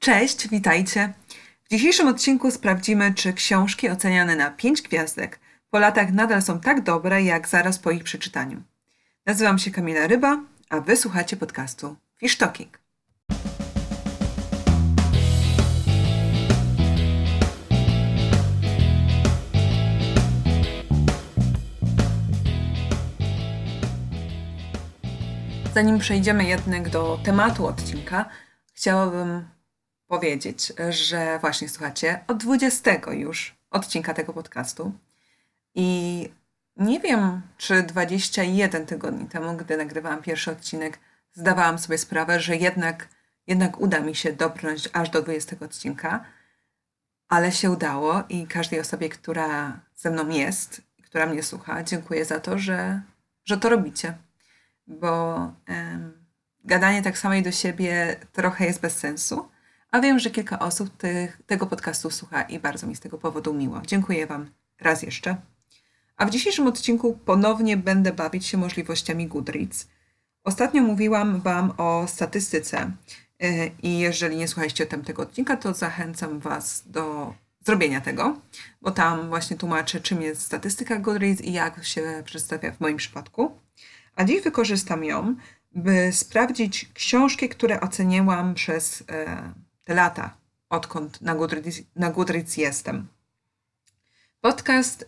Cześć, witajcie. W dzisiejszym odcinku sprawdzimy, czy książki oceniane na 5 gwiazdek po latach nadal są tak dobre, jak zaraz po ich przeczytaniu. Nazywam się Kamila Ryba, a wy słuchacie podcastu Fish Talking. Zanim przejdziemy jednak do tematu odcinka, chciałabym powiedzieć, że właśnie słuchacie od 20 już odcinka tego podcastu. I nie wiem, czy 21 tygodni temu, gdy nagrywałam pierwszy odcinek, zdawałam sobie sprawę, że jednak uda mi się dobrnąć aż do 20 odcinka, ale się udało i każdej osobie, która ze mną jest, która mnie słucha, dziękuję za to, że to robicie. Bo gadanie tak samej do siebie trochę jest bez sensu, a wiem, że kilka osób tego podcastu słucha i bardzo mi z tego powodu miło. Dziękuję Wam raz jeszcze. A w dzisiejszym odcinku ponownie będę bawić się możliwościami Goodreads. Ostatnio mówiłam Wam o statystyce i jeżeli nie słuchaliście tamtego odcinka, to zachęcam Was do zrobienia tego, bo tam właśnie tłumaczę, czym jest statystyka Goodreads i jak się przedstawia w moim przypadku. A dziś wykorzystam ją, by sprawdzić książki, które oceniłam przez te lata, odkąd na Goodreads jestem. Podcast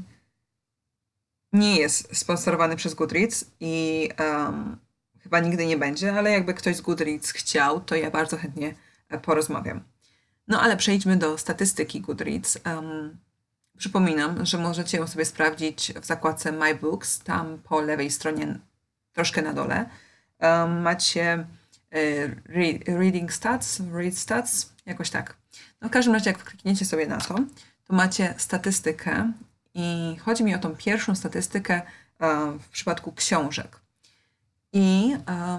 nie jest sponsorowany przez Goodreads i chyba nigdy nie będzie, ale jakby ktoś z Goodreads chciał, to ja bardzo chętnie porozmawiam. No ale przejdźmy do statystyki Goodreads. Przypominam, że możecie ją sobie sprawdzić w zakładce My Books, tam po lewej stronie, troszkę na dole. Macie Reading Stats, Read Stats, jakoś tak. No w każdym razie, jak klikniecie sobie na to macie statystykę i chodzi mi o tą pierwszą statystykę w przypadku książek. I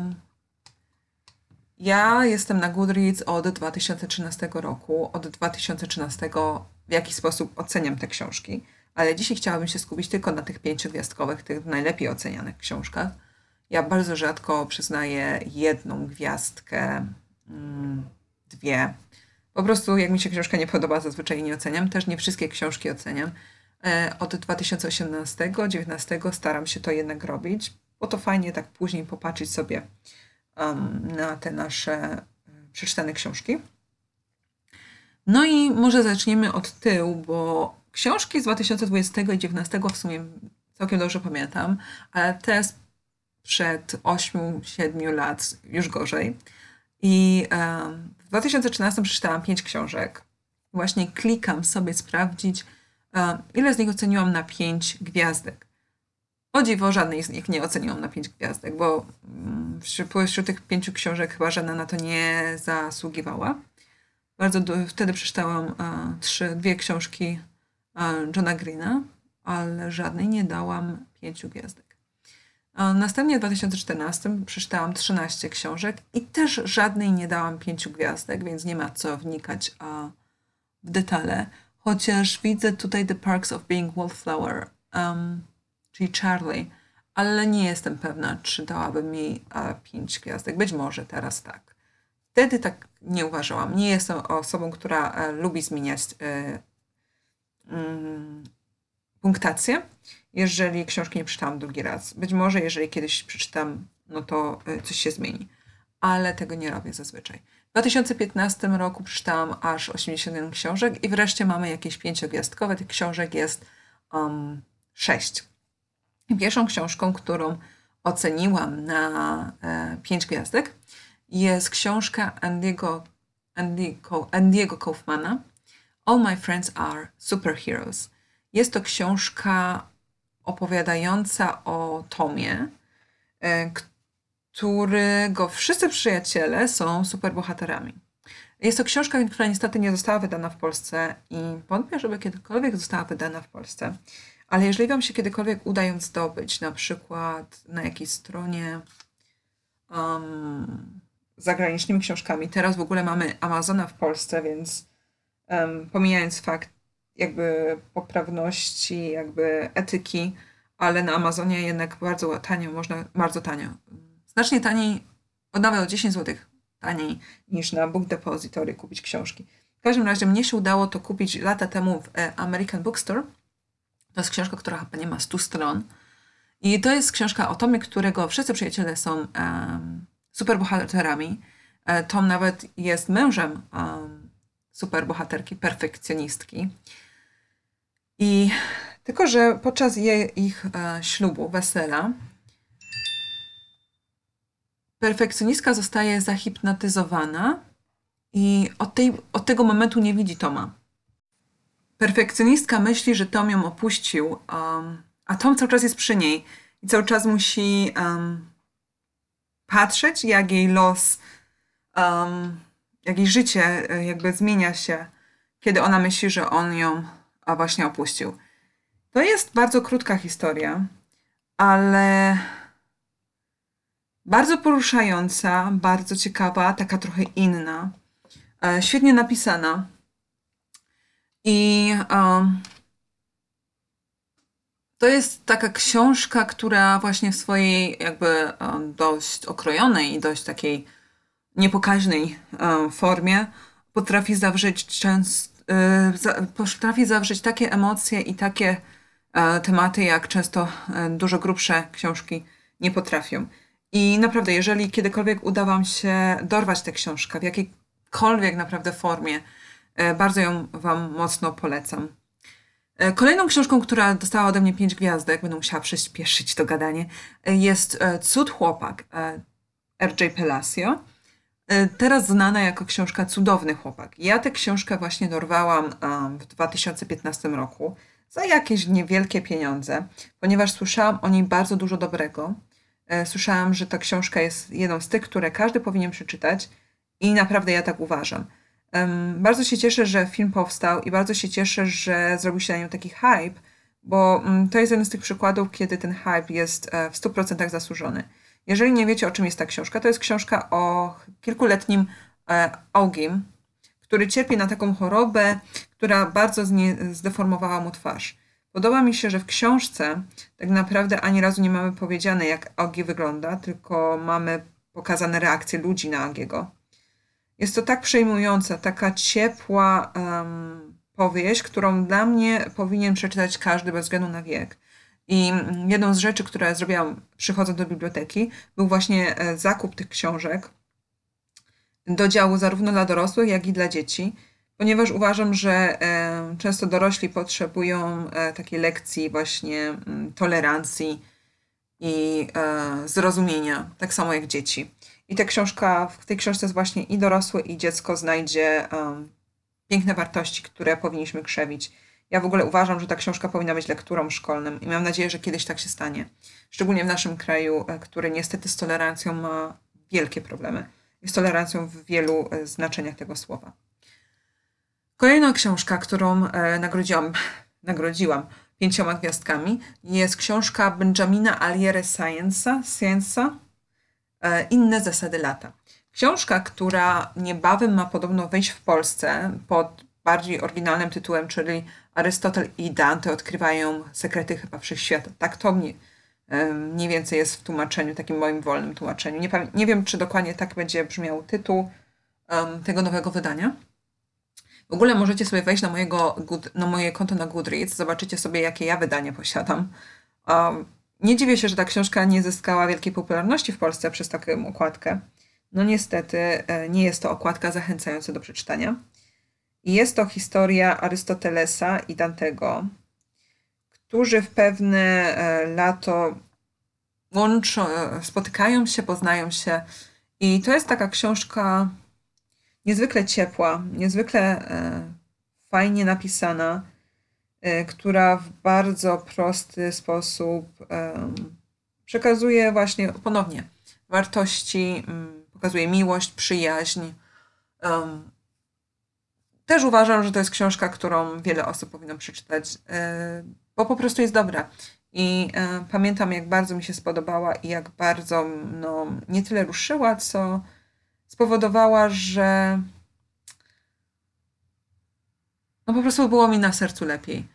ja jestem na Goodreads od 2013 roku. Od 2013 w jakiś sposób oceniam te książki, ale dzisiaj chciałabym się skupić tylko na tych 5-gwiazdkowych, tych najlepiej ocenianych książkach. Ja bardzo rzadko przyznaję 1 gwiazdkę, 2. Po prostu jak mi się książka nie podoba, zazwyczaj nie oceniam. Też nie wszystkie książki oceniam. Od 2018-2019 staram się to jednak robić, bo to fajnie tak później popatrzeć sobie na te nasze przeczytane książki. No i może zaczniemy od tyłu, bo książki z 2020 i 2019 w sumie całkiem dobrze pamiętam, ale te sprzed 8-7 lat już gorzej. I w 2013 przeczytałam 5 książek. Właśnie klikam sobie sprawdzić, ile z nich oceniłam na 5 gwiazdek. O dziwo, żadnej z nich nie oceniłam na 5 gwiazdek, bo wśród tych 5 książek chyba żadna na to nie zasługiwała. Wtedy przeczytałam 2 książki Johna Greena, ale żadnej nie dałam 5 gwiazdek. Następnie w 2014 przeczytałam 13 książek i też żadnej nie dałam 5 gwiazdek, więc nie ma co wnikać w detale. Chociaż widzę tutaj The Perks of Being Wallflower, czyli Charlie, ale nie jestem pewna, czy dałabym jej 5 gwiazdek. Być może teraz tak. Wtedy tak nie uważałam. Nie jestem osobą, która lubi zmieniać punktację, jeżeli książki nie przeczytałam drugi raz. Być może jeżeli kiedyś przeczytam, no to coś się zmieni. Ale tego nie robię zazwyczaj. W 2015 roku przeczytałam aż 81 książek i wreszcie mamy jakieś 5-gwiazdkowe. Tych książek jest 6. Pierwszą książką, którą oceniłam na 5 gwiazdek, jest książka Andiego Kaufmana All My Friends Are Superheroes. Jest to książka opowiadająca o Tomie, którego wszyscy przyjaciele są superbohaterami. Jest to książka, która niestety nie została wydana w Polsce i wątpię, żeby kiedykolwiek została wydana w Polsce. Ale jeżeli Wam się kiedykolwiek uda ją zdobyć, na przykład na jakiejś stronie zagranicznymi książkami, teraz w ogóle mamy Amazona w Polsce, więc pomijając fakt jakby poprawności, jakby etyki, ale na Amazonie jednak bardzo tanio, znacznie taniej, nawet o 10 zł taniej niż na Book Depository kupić książki. W każdym razie mnie się udało to kupić lata temu w American Bookstore. To jest książka, która chyba nie ma 100 stron. I to jest książka o Tomie, którego wszyscy przyjaciele są superbohaterami. Tom nawet jest mężem superbohaterki, perfekcjonistki. I tylko, że podczas ich ślubu, wesela, perfekcjonistka zostaje zahipnotyzowana i od tego momentu nie widzi Toma. Perfekcjonistka myśli, że Tom ją opuścił, a Tom cały czas jest przy niej i cały czas musi patrzeć, jak jej los, jak jej życie jakby zmienia się, kiedy ona myśli, że on ją właśnie opuścił. To jest bardzo krótka historia, ale bardzo poruszająca, bardzo ciekawa, taka trochę inna, świetnie napisana. I to jest taka książka, która właśnie w swojej jakby dość okrojonej i dość takiej niepokaźnej formie potrafi zawrzeć takie emocje i takie tematy, jak często dużo grubsze książki nie potrafią. I naprawdę, jeżeli kiedykolwiek uda Wam się dorwać tę książkę w jakiejkolwiek naprawdę formie, bardzo ją Wam mocno polecam. Kolejną książką, która dostała ode mnie 5 gwiazdek, będę musiała przyspieszyć to gadanie, jest Cud chłopak R.J. Palacio. Teraz znana jako książka Cudowny chłopak. Ja tę książkę właśnie dorwałam w 2015 roku za jakieś niewielkie pieniądze, ponieważ słyszałam o niej bardzo dużo dobrego. Słyszałam, że ta książka jest jedną z tych, które każdy powinien przeczytać i naprawdę ja tak uważam. Bardzo się cieszę, że film powstał i bardzo się cieszę, że zrobił się na nią taki hype, bo to jest jeden z tych przykładów, kiedy ten hype jest w 100% zasłużony. Jeżeli nie wiecie, o czym jest ta książka, to jest książka o kilkuletnim Augim, który cierpi na taką chorobę, która bardzo zdeformowała mu twarz. Podoba mi się, że w książce tak naprawdę ani razu nie mamy powiedziane, jak Augie wygląda, tylko mamy pokazane reakcje ludzi na Augiego. Jest to tak przejmująca, taka ciepła powieść, którą dla mnie powinien przeczytać każdy bez względu na wiek. I jedną z rzeczy, które zrobiłam przychodząc do biblioteki, był właśnie zakup tych książek do działu zarówno dla dorosłych, jak i dla dzieci, ponieważ uważam, że często dorośli potrzebują takiej lekcji właśnie tolerancji i zrozumienia, tak samo jak dzieci. I w tej książce jest właśnie i dorosły, i dziecko znajdzie piękne wartości, które powinniśmy krzewić. Ja w ogóle uważam, że ta książka powinna być lekturą szkolną i mam nadzieję, że kiedyś tak się stanie. Szczególnie w naszym kraju, który niestety z tolerancją ma wielkie problemy. I z tolerancją w wielu znaczeniach tego słowa. Kolejna książka, którą nagrodziłam 5 gwiazdkami, jest książka Benjamina Alire Sayensa Inne zasady lata. Książka, która niebawem ma podobno wyjść w Polsce pod bardziej oryginalnym tytułem, czyli Arystotel i Dante odkrywają sekrety chyba wszechświata. Tak to mniej więcej jest w tłumaczeniu, takim moim wolnym tłumaczeniu. Nie wiem, czy dokładnie tak będzie brzmiał tytuł tego nowego wydania. W ogóle możecie sobie wejść na moje konto na Goodreads, zobaczycie sobie, jakie ja wydania posiadam. Nie dziwię się, że ta książka nie zyskała wielkiej popularności w Polsce przez taką okładkę. No niestety nie jest to okładka zachęcająca do przeczytania. I jest to historia Arystotelesa i Dantego, którzy w pewne lato spotykają się, poznają się. I to jest taka książka niezwykle ciepła, niezwykle fajnie napisana, która w bardzo prosty sposób przekazuje właśnie ponownie wartości, pokazuje miłość, przyjaźń. Też uważam, że to jest książka, którą wiele osób powinno przeczytać, bo po prostu jest dobra. I pamiętam, jak bardzo mi się spodobała i jak bardzo nie tyle ruszyła, co spowodowała, że po prostu było mi na sercu lepiej.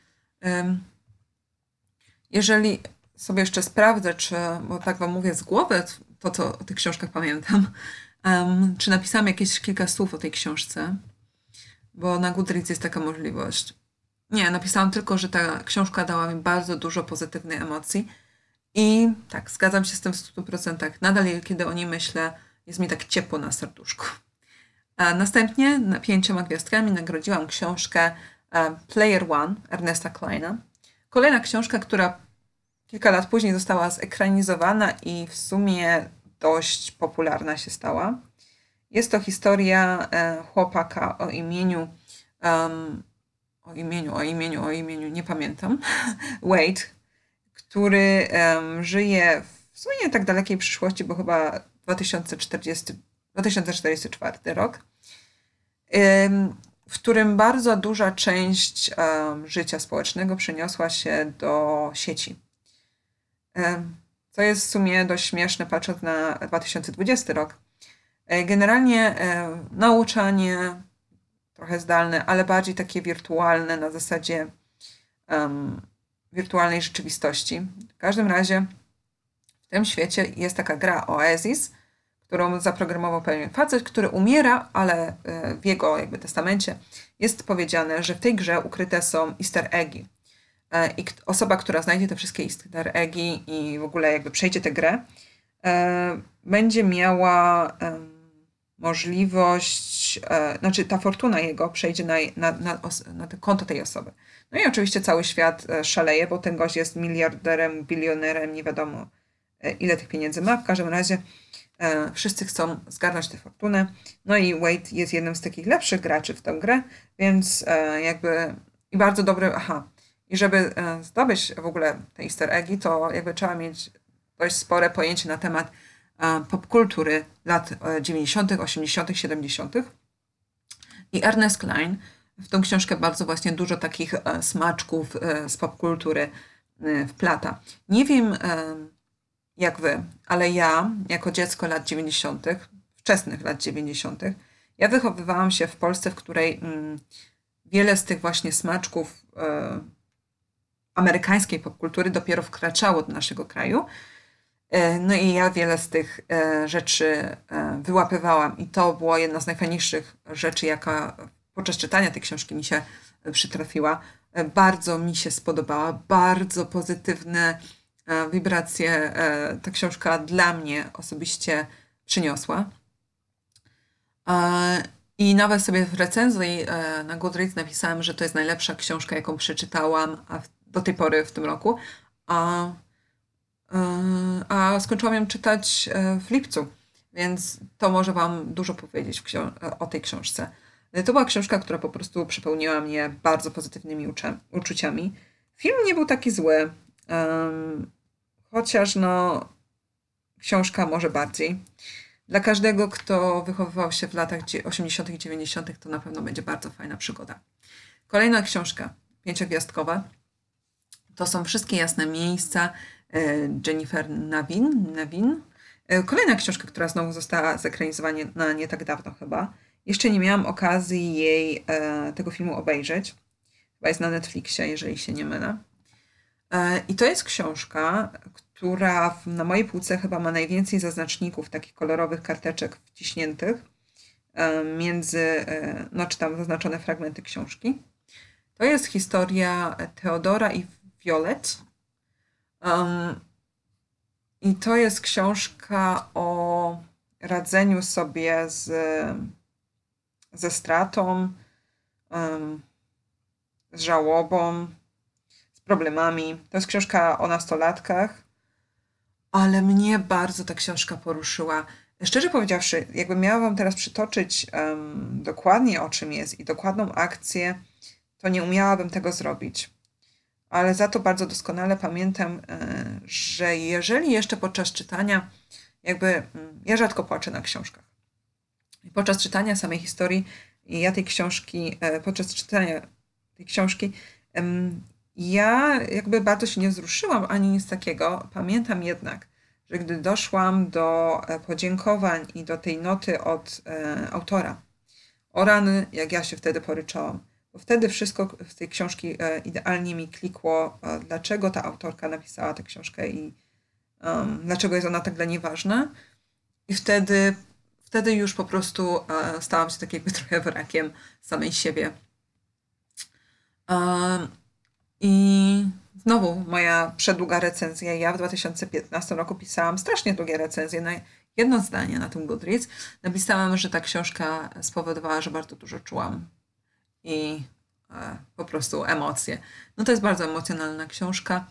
Jeżeli sobie jeszcze sprawdzę, bo tak wam mówię z głowy, to co o tych książkach pamiętam, Czy napisałam jakieś kilka słów o tej książce? Bo na Goodreads jest taka możliwość. Nie, napisałam tylko, że ta książka dała mi bardzo dużo pozytywnych emocji i tak, zgadzam się z tym w 100%. Nadal, kiedy o niej myślę, jest mi tak ciepło na serduszku. A następnie 5 gwiazdkami nagrodziłam książkę Player One Ernesta Kleina. Kolejna książka, która kilka lat później została zekranizowana i w sumie dość popularna się stała. Jest to historia chłopaka o imieniu, nie pamiętam, Wade, który żyje w sumie nie tak dalekiej przyszłości, bo chyba 2044 rok, w którym bardzo duża część życia społecznego przeniosła się do sieci. Co jest w sumie dość śmieszne, patrząc na 2020 rok. Generalnie nauczanie trochę zdalne, ale bardziej takie wirtualne na zasadzie wirtualnej rzeczywistości. W każdym razie w tym świecie jest taka gra Oasis, którą zaprogramował pewien facet, który umiera, ale w jego jakby testamencie jest powiedziane, że w tej grze ukryte są easter eggi. I osoba, która znajdzie te wszystkie easter eggi i w ogóle jakby przejdzie tę grę, będzie miała możliwość, znaczy ta fortuna jego przejdzie na konto tej osoby. No i oczywiście cały świat szaleje, bo ten gość jest miliarderem, bilionerem, nie wiadomo ile tych pieniędzy ma. W każdym razie wszyscy chcą zgarnąć tę fortunę. No i Wade jest jednym z takich lepszych graczy w tę grę, więc jakby i bardzo dobry, i żeby zdobyć w ogóle te easter eggi, to jakby trzeba mieć dość spore pojęcie na temat popkultury lat 90., 80., 70. I Ernest Klein w tą książkę bardzo właśnie dużo takich smaczków z popkultury wplata. Nie wiem jak wy, ale ja jako dziecko lat 90., wczesnych lat 90., ja wychowywałam się w Polsce, w której wiele z tych właśnie smaczków amerykańskiej popkultury dopiero wkraczało do naszego kraju. No i ja wiele z tych rzeczy wyłapywałam i to była jedna z najfajniejszych rzeczy, jaka podczas czytania tej książki mi się przytrafiła. Bardzo mi się spodobała, bardzo pozytywne wibracje ta książka dla mnie osobiście przyniosła. I nawet sobie w recenzji na Goodreads napisałam, że to jest najlepsza książka, jaką przeczytałam do tej pory w tym roku. A skończyłam ją czytać w lipcu, więc to może wam dużo powiedzieć o tej książce. To była książka, która po prostu przepełniła mnie bardzo pozytywnymi uczuciami. Film nie był taki zły, chociaż no książka może bardziej. Dla każdego, kto wychowywał się w latach 80., 90., to na pewno będzie bardzo fajna przygoda. Kolejna książka, 5-gwiazdkowa, to są Wszystkie jasne miejsca Jennifer Navin. Kolejna książka, która znowu została zekranizowana nie tak dawno chyba. Jeszcze nie miałam okazji tego filmu obejrzeć. Chyba jest na Netflixie, jeżeli się nie mylę. I to jest książka, która na mojej półce chyba ma najwięcej zaznaczników, takich kolorowych karteczek wciśniętych czy tam zaznaczone fragmenty książki. To jest historia Teodora i Violet. I to jest książka o radzeniu sobie ze stratą, z żałobą, z problemami. To jest książka o nastolatkach, ale mnie bardzo ta książka poruszyła. Szczerze powiedziawszy, jakbym miała wam teraz przytoczyć dokładnie o czym jest i dokładną akcję, to nie umiałabym tego zrobić. Ale za to bardzo doskonale pamiętam, że jeżeli jeszcze podczas czytania, ja rzadko płaczę na książkach. I podczas czytania samej historii, podczas czytania tej książki, ja bardzo się nie wzruszyłam ani nic takiego. Pamiętam jednak, że gdy doszłam do podziękowań i do tej noty od autora, o rany, jak ja się wtedy poryczałam. Bo wtedy wszystko z tej książki idealnie mi klikło, dlaczego ta autorka napisała tę książkę i dlaczego jest ona tak dla niej ważna. I wtedy wtedy już po prostu stałam się tak jakby trochę wrakiem samej siebie. I znowu moja przedługa recenzja. Ja w 2015 roku pisałam strasznie długie recenzje na jedno zdanie na tym Goodreads. Napisałam, że ta książka spowodowała, że bardzo dużo czułam i po prostu emocje. No to jest bardzo emocjonalna książka.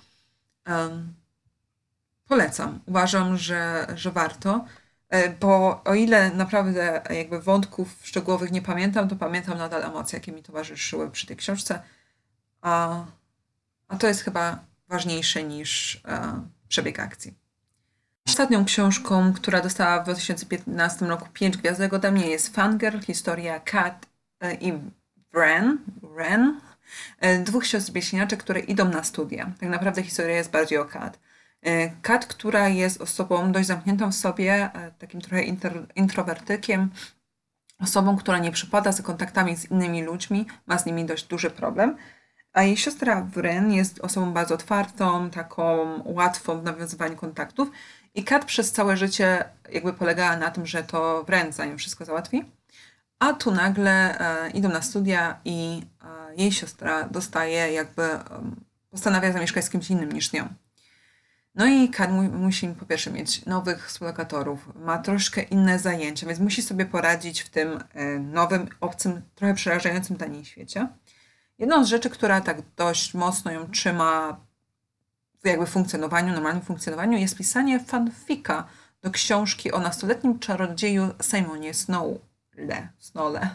Polecam. Uważam, że warto, bo o ile naprawdę jakby wątków szczegółowych nie pamiętam, to pamiętam nadal emocje, jakie mi towarzyszyły przy tej książce. A to jest chyba ważniejsze niż przebieg akcji. Ostatnią książką, która dostała w 2015 roku 5 gwiazdek ode mnie jest Fangirl, historia Kat i Ren, dwóch sióstr bliźniaczek, które idą na studia. Tak naprawdę historia jest bardziej o Kat. Kat, która jest osobą dość zamkniętą w sobie, takim trochę introwertykiem, osobą, która nie przypada za kontaktami z innymi ludźmi, ma z nimi dość duży problem. A jej siostra Wren jest osobą bardzo otwartą, taką łatwą w nawiązywaniu kontaktów. I Kat przez całe życie jakby polegała na tym, że to Wren za nią wszystko załatwi. A tu nagle idą na studia i jej siostra dostaje postanawia zamieszkać z kimś innym niż nią. No i Kat musi po pierwsze mieć nowych współlokatorów, ma troszkę inne zajęcia, więc musi sobie poradzić w tym nowym, obcym, trochę przerażającym dla niej świecie. Jedną z rzeczy, która tak dość mocno ją trzyma w jakby funkcjonowaniu, normalnym funkcjonowaniu, jest pisanie fanfika do książki o nastoletnim czarodzieju Simonie Snowle.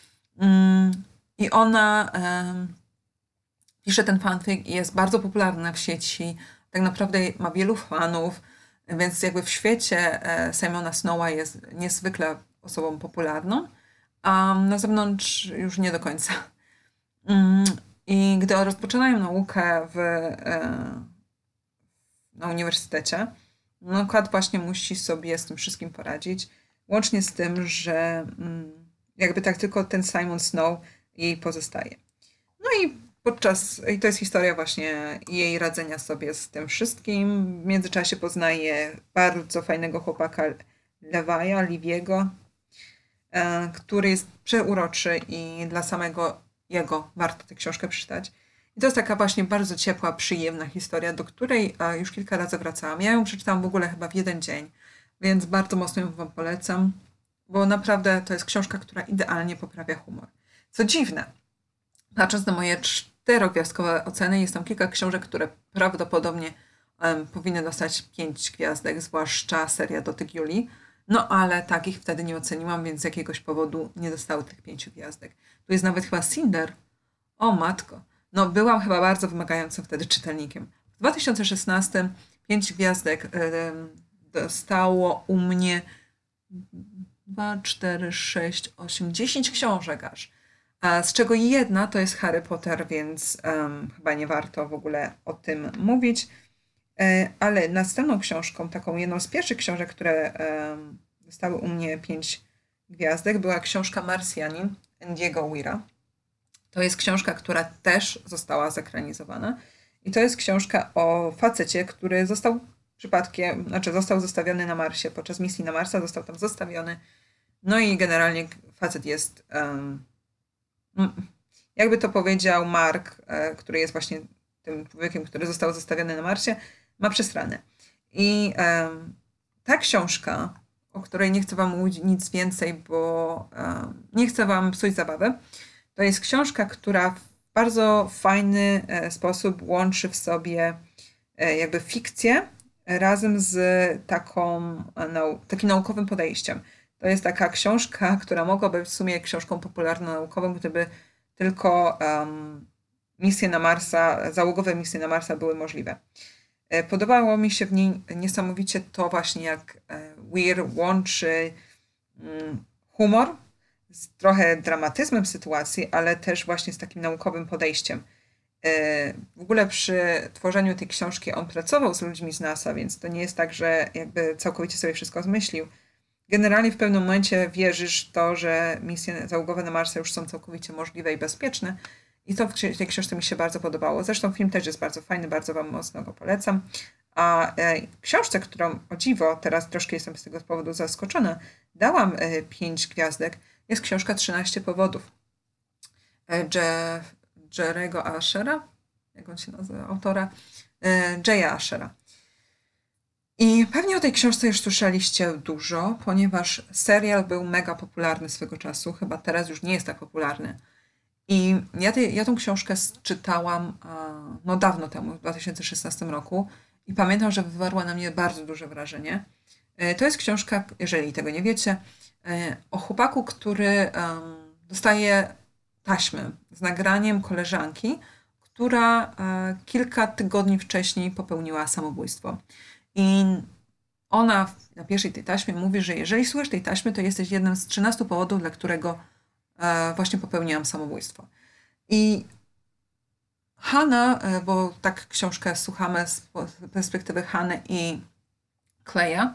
I ona pisze ten fanfic i jest bardzo popularna w sieci. Tak naprawdę ma wielu fanów, więc jakby w świecie Simona Snowa jest niezwykle osobą popularną, a na zewnątrz już nie do końca. I gdy rozpoczynają naukę na uniwersytecie, no Kat właśnie musi sobie z tym wszystkim poradzić, łącznie z tym, że jakby tak tylko ten Simon Snow jej pozostaje. No i to jest historia właśnie jej radzenia sobie z tym wszystkim. W międzyczasie poznaje bardzo fajnego chłopaka Liviego, który jest przeuroczy i dla samego jego warto tę książkę przeczytać. I to jest taka właśnie bardzo ciepła, przyjemna historia, do której już kilka razy wracałam. Ja ją przeczytałam w ogóle chyba w jeden dzień, więc bardzo mocno ją wam polecam, bo naprawdę to jest książka, która idealnie poprawia humor. Co dziwne, patrząc na moje 4-gwiazdkowe oceny, jest tam kilka książek, które prawdopodobnie powinny dostać 5 gwiazdek, zwłaszcza seria Dotyk Julii. No ale takich wtedy nie oceniłam, więc z jakiegoś powodu nie dostały tych 5 gwiazdek. Tu jest nawet chyba Cinder. O matko. No byłam chyba bardzo wymagającym wtedy czytelnikiem. W 2016 5 gwiazdek dostało u mnie 2, 4, 6, 8, 10 książek aż. Z czego jedna to jest Harry Potter, więc chyba nie warto w ogóle o tym mówić. Ale następną książką, taką jedną z pierwszych książek, które dostały u mnie 5 gwiazdek, była książka Marsjanin Andiego Weira. To jest książka, która też została zekranizowana. I to jest książka o facecie, który został zostawiony na Marsie. Podczas misji na Marsa został tam zostawiony. No i generalnie facet jest, jakby to powiedział Mark, który jest właśnie tym człowiekiem, który został zostawiony na Marsie, ma przesrane. I ta książka, o której nie chcę wam mówić nic więcej, bo nie chcę wam psuć zabawy, to jest książka, która w bardzo fajny sposób łączy w sobie jakby fikcję razem z takim naukowym podejściem. To jest taka książka, która mogłaby być w sumie książką popularno-naukową, gdyby tylko misje na Marsa, załogowe misje na Marsa były możliwe. Podobało mi się w niej niesamowicie to właśnie, jak Weir łączy humor z trochę dramatyzmem sytuacji, ale też właśnie z takim naukowym podejściem. W ogóle przy tworzeniu tej książki on pracował z ludźmi z NASA, więc to nie jest tak, że jakby całkowicie sobie wszystko zmyślił. Generalnie w pewnym momencie wierzysz w to, że misje załogowe na Marsa już są całkowicie możliwe i bezpieczne. I to w tej książce mi się bardzo podobało. Zresztą film też jest bardzo fajny, bardzo wam mocno go polecam. A książce, którą o dziwo, teraz troszkę jestem z tego powodu zaskoczona, dałam 5 gwiazdek, jest książka 13 powodów Jerego Ashera, jak on się nazywa, autora, Jaya Ashera. I pewnie o tej książce już słyszeliście dużo, ponieważ serial był mega popularny swego czasu, chyba teraz już nie jest tak popularny. I ja tą książkę czytałam no dawno temu, w 2016 roku i pamiętam, że wywarła na mnie bardzo duże wrażenie. To jest książka, jeżeli tego nie wiecie, o chłopaku, który dostaje taśmy z nagraniem koleżanki, która kilka tygodni wcześniej popełniła samobójstwo. I ona na pierwszej tej taśmie mówi, że jeżeli słuchasz tej taśmy, to jesteś jednym z 13 powodów, dla którego właśnie popełniłam samobójstwo. I Hanna, bo tak książkę słuchamy z perspektywy Hanny i Claya,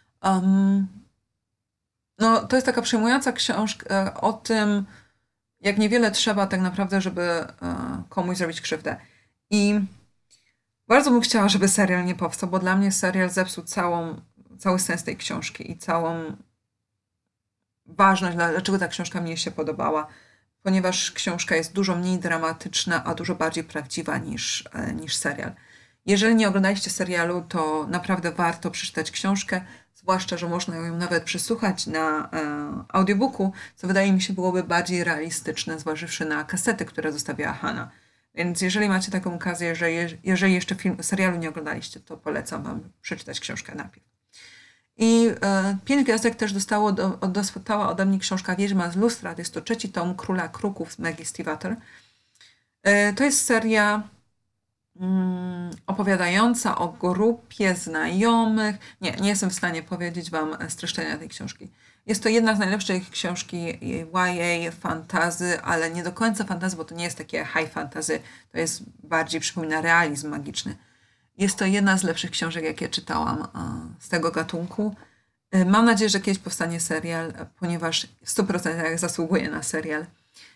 no to jest taka przejmująca książka o tym, jak niewiele trzeba tak naprawdę, żeby komuś zrobić krzywdę. I bardzo bym chciała, żeby serial nie powstał, bo dla mnie serial zepsuł cały sens tej książki i całą ważność, dlaczego ta książka mnie się podobała, ponieważ książka jest dużo mniej dramatyczna, a dużo bardziej prawdziwa niż serial. Jeżeli nie oglądaliście serialu, to naprawdę warto przeczytać książkę, zwłaszcza, że można ją nawet przesłuchać na audiobooku, co wydaje mi się byłoby bardziej realistyczne, zważywszy na kasety, które zostawiała Hanna. Więc jeżeli macie taką okazję, że jeżeli jeszcze serialu nie oglądaliście, to polecam wam przeczytać książkę najpierw. I 5 gwiazdek też dostała ode mnie książka Wiedźma z lustra. To jest to 3. tom Króla Kruków z Maggie Stiefvater. To jest seria opowiadająca o grupie znajomych. Nie jestem w stanie powiedzieć wam streszczenia tej książki. Jest to jedna z najlepszych książki YA fantasy, ale nie do końca fantasy, bo to nie jest takie high fantasy. To jest bardziej przypomina realizm magiczny. Jest to jedna z lepszych książek, jakie czytałam z tego gatunku. Mam nadzieję, że kiedyś powstanie serial, ponieważ w 100% zasługuje na serial.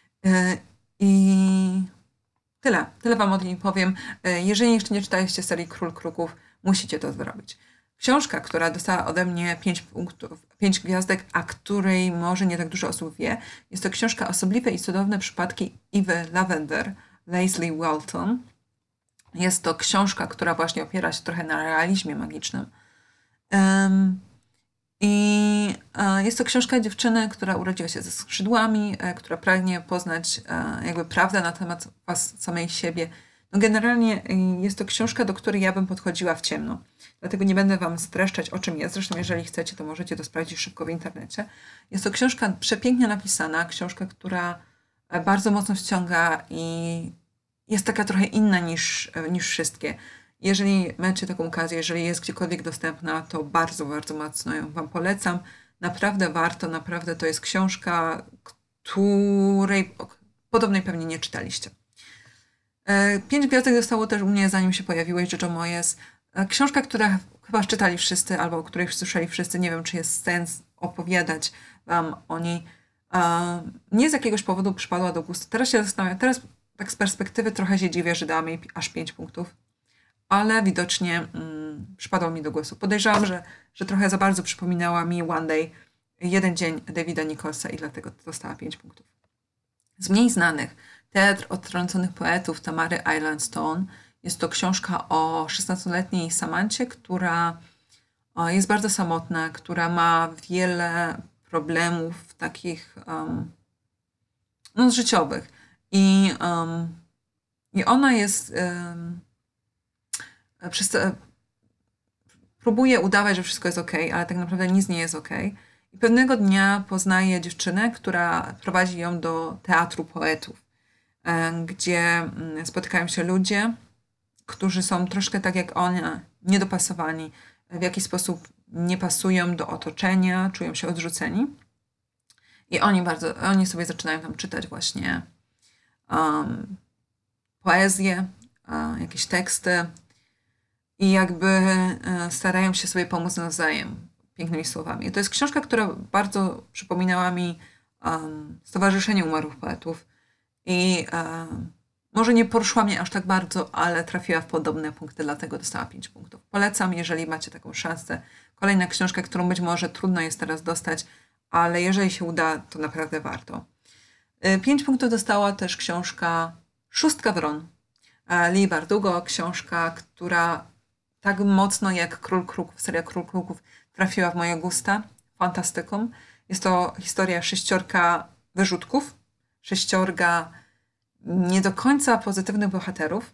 I tyle wam o niej powiem. Jeżeli jeszcze nie czytaliście serii Król Kruków, musicie to zrobić. Książka, która dostała ode mnie 5 gwiazdek, a której może nie tak dużo osób wie, jest to książka Osobliwe i cudowne przypadki Ivy Lavender, Leslie Walton. Jest to książka, która właśnie opiera się trochę na realizmie magicznym. I jest to książka dziewczyny, która urodziła się ze skrzydłami, która pragnie poznać jakby prawdę na temat samej siebie. No generalnie jest to książka, do której ja bym podchodziła w ciemno. Dlatego nie będę wam streszczać, o czym jest. Zresztą jeżeli chcecie, to możecie to sprawdzić szybko w internecie. Jest to książka przepięknie napisana, książka, która bardzo mocno wciąga i jest taka trochę inna niż wszystkie. Jeżeli macie taką okazję, jeżeli jest gdziekolwiek dostępna, to bardzo, bardzo mocno ją wam polecam. Naprawdę warto, naprawdę to jest książka, której podobnej pewnie nie czytaliście. 5 gwiazdek zostało też u mnie, zanim się pojawiłeś, Jojo Moyes. Książka, która chyba czytali wszyscy, albo o której słyszeli wszyscy. Nie wiem, czy jest sens opowiadać wam o niej. Nie z jakiegoś powodu przypadła do gustu. Teraz się zastanawiam, teraz tak z perspektywy trochę się dziwię, że dałam jej aż 5 punktów. Ale widocznie przypadło mi do głosu. Podejrzewam, że trochę za bardzo przypominała mi One Day, jeden dzień Davida Nicholsa i dlatego dostała 5 punktów. Z mniej znanych, Teatr odtrąconych poetów Tamary Island Stone. Jest to książka o 16-letniej Samancie, która jest bardzo samotna, która ma wiele problemów takich życiowych. I ona jest próbuje udawać, że wszystko jest okej, ale tak naprawdę nic nie jest okej. I pewnego dnia poznaje dziewczynę, która prowadzi ją do teatru poetów, gdzie spotykają się ludzie, którzy są troszkę tak jak ona, niedopasowani, w jakiś sposób nie pasują do otoczenia, czują się odrzuceni. I oni sobie zaczynają tam czytać właśnie poezję, jakieś teksty i jakby starają się sobie pomóc nawzajem pięknymi słowami. To jest książka, która bardzo przypominała mi Stowarzyszenie Umarłych Poetów i Może nie poruszyła mnie aż tak bardzo, ale trafiła w podobne punkty, dlatego dostała 5 punktów. Polecam, jeżeli macie taką szansę. Kolejna książka, którą być może trudno jest teraz dostać, ale jeżeli się uda, to naprawdę warto. 5 punktów dostała też książka Szóstka Wron Leigh Bardugo, książka, która tak mocno jak Król Kruków, seria Król Kruków trafiła w moje gusta. Fantastyką. Jest to historia 6 wyrzutków, 6 nie do końca pozytywnych bohaterów,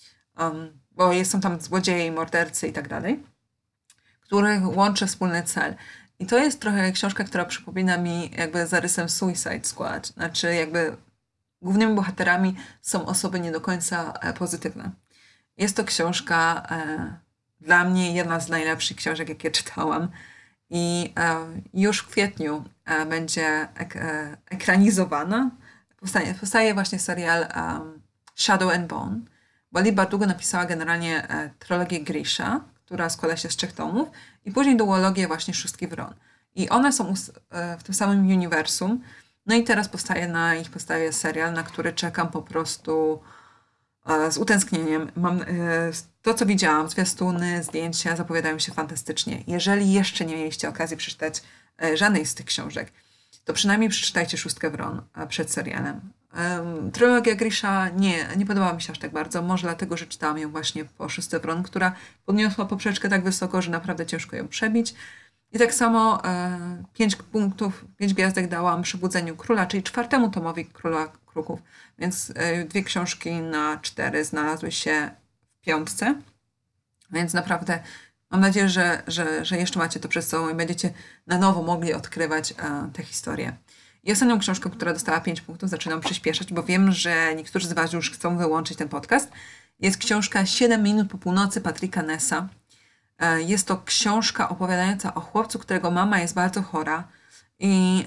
bo są tam złodzieje, mordercy i tak dalej, których łączy wspólny cel. I to jest trochę książka, która przypomina mi jakby zarysem Suicide Squad. Znaczy jakby głównymi bohaterami są osoby nie do końca pozytywne. Jest to książka dla mnie jedna z najlepszych książek, jakie czytałam. I już w kwietniu będzie ekranizowana. Powstaje właśnie serial Shadow and Bone, bo Leigh Bardugo napisała generalnie trylogię Grisha, która składa się z 3 tomów, i później duologię właśnie Szóstki Wron. I one są w tym samym uniwersum. No i teraz powstaje na ich podstawie serial, na który czekam po prostu z utęsknieniem. To, co widziałam, zwiastuny, zdjęcia zapowiadają się fantastycznie. Jeżeli jeszcze nie mieliście okazji przeczytać żadnej z tych książek, to przynajmniej przeczytajcie Szóstkę Wron przed serialem. Trylogia Grisha nie podobała mi się aż tak bardzo. Może dlatego, że czytałam ją właśnie po Szóstce Wron, która podniosła poprzeczkę tak wysoko, że naprawdę ciężko ją przebić. I tak samo 5 punktów, 5 gwiazdek dałam Przebudzeniu Króla, czyli 4. tomowi Króla Kruków. Więc 2 książki na 4 znalazły się w 5. Więc naprawdę mam nadzieję, że jeszcze macie to przed sobą i będziecie na nowo mogli odkrywać tę historię. I ostatnią książką, która dostała 5 punktów, zaczynam przyspieszać, bo wiem, że niektórzy z Was już chcą wyłączyć ten podcast, jest książka 7 minut po północy Patricka Nessa. Jest to książka opowiadająca o chłopcu, którego mama jest bardzo chora i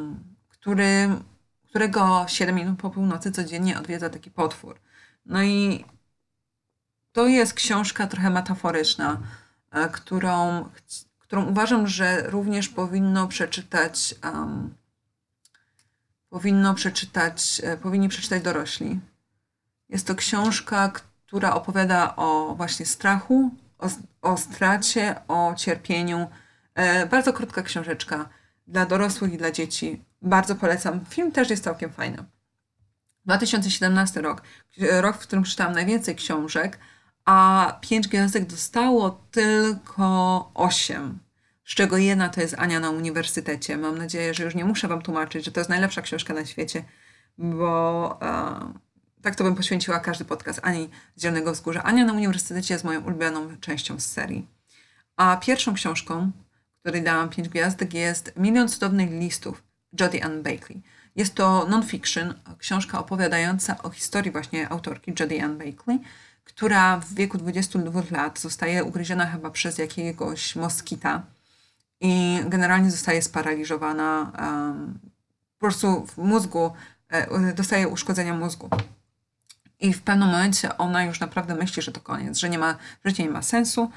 którego 7 minut po północy codziennie odwiedza taki potwór. No i to jest książka trochę metaforyczna, którą uważam, że również powinni przeczytać dorośli. Jest to książka, która opowiada o właśnie strachu, o stracie, o cierpieniu. Bardzo krótka książeczka dla dorosłych i dla dzieci. Bardzo polecam. Film też jest całkiem fajny. 2017 rok, w którym czytałam najwięcej książek, a 5 gwiazdek dostało tylko 8. Z czego jedna to jest Ania na uniwersytecie. Mam nadzieję, że już nie muszę Wam tłumaczyć, że to jest najlepsza książka na świecie, bo tak to bym poświęciła każdy podcast Ani z Zielonego Wzgórza. Ania na uniwersytecie jest moją ulubioną częścią z serii. A pierwszą książką, której dałam 5 gwiazdek, jest Milion cudownych listów Jodi Ann Bakely. Jest to non-fiction, książka opowiadająca o historii właśnie autorki Jodi Ann Bakely, która w wieku 22 lat zostaje ugryziona chyba przez jakiegoś moskita i generalnie zostaje sparaliżowana. Po prostu w mózgu dostaje uszkodzenia mózgu. I w pewnym momencie ona już naprawdę myśli, że to koniec, że życie nie ma sensu.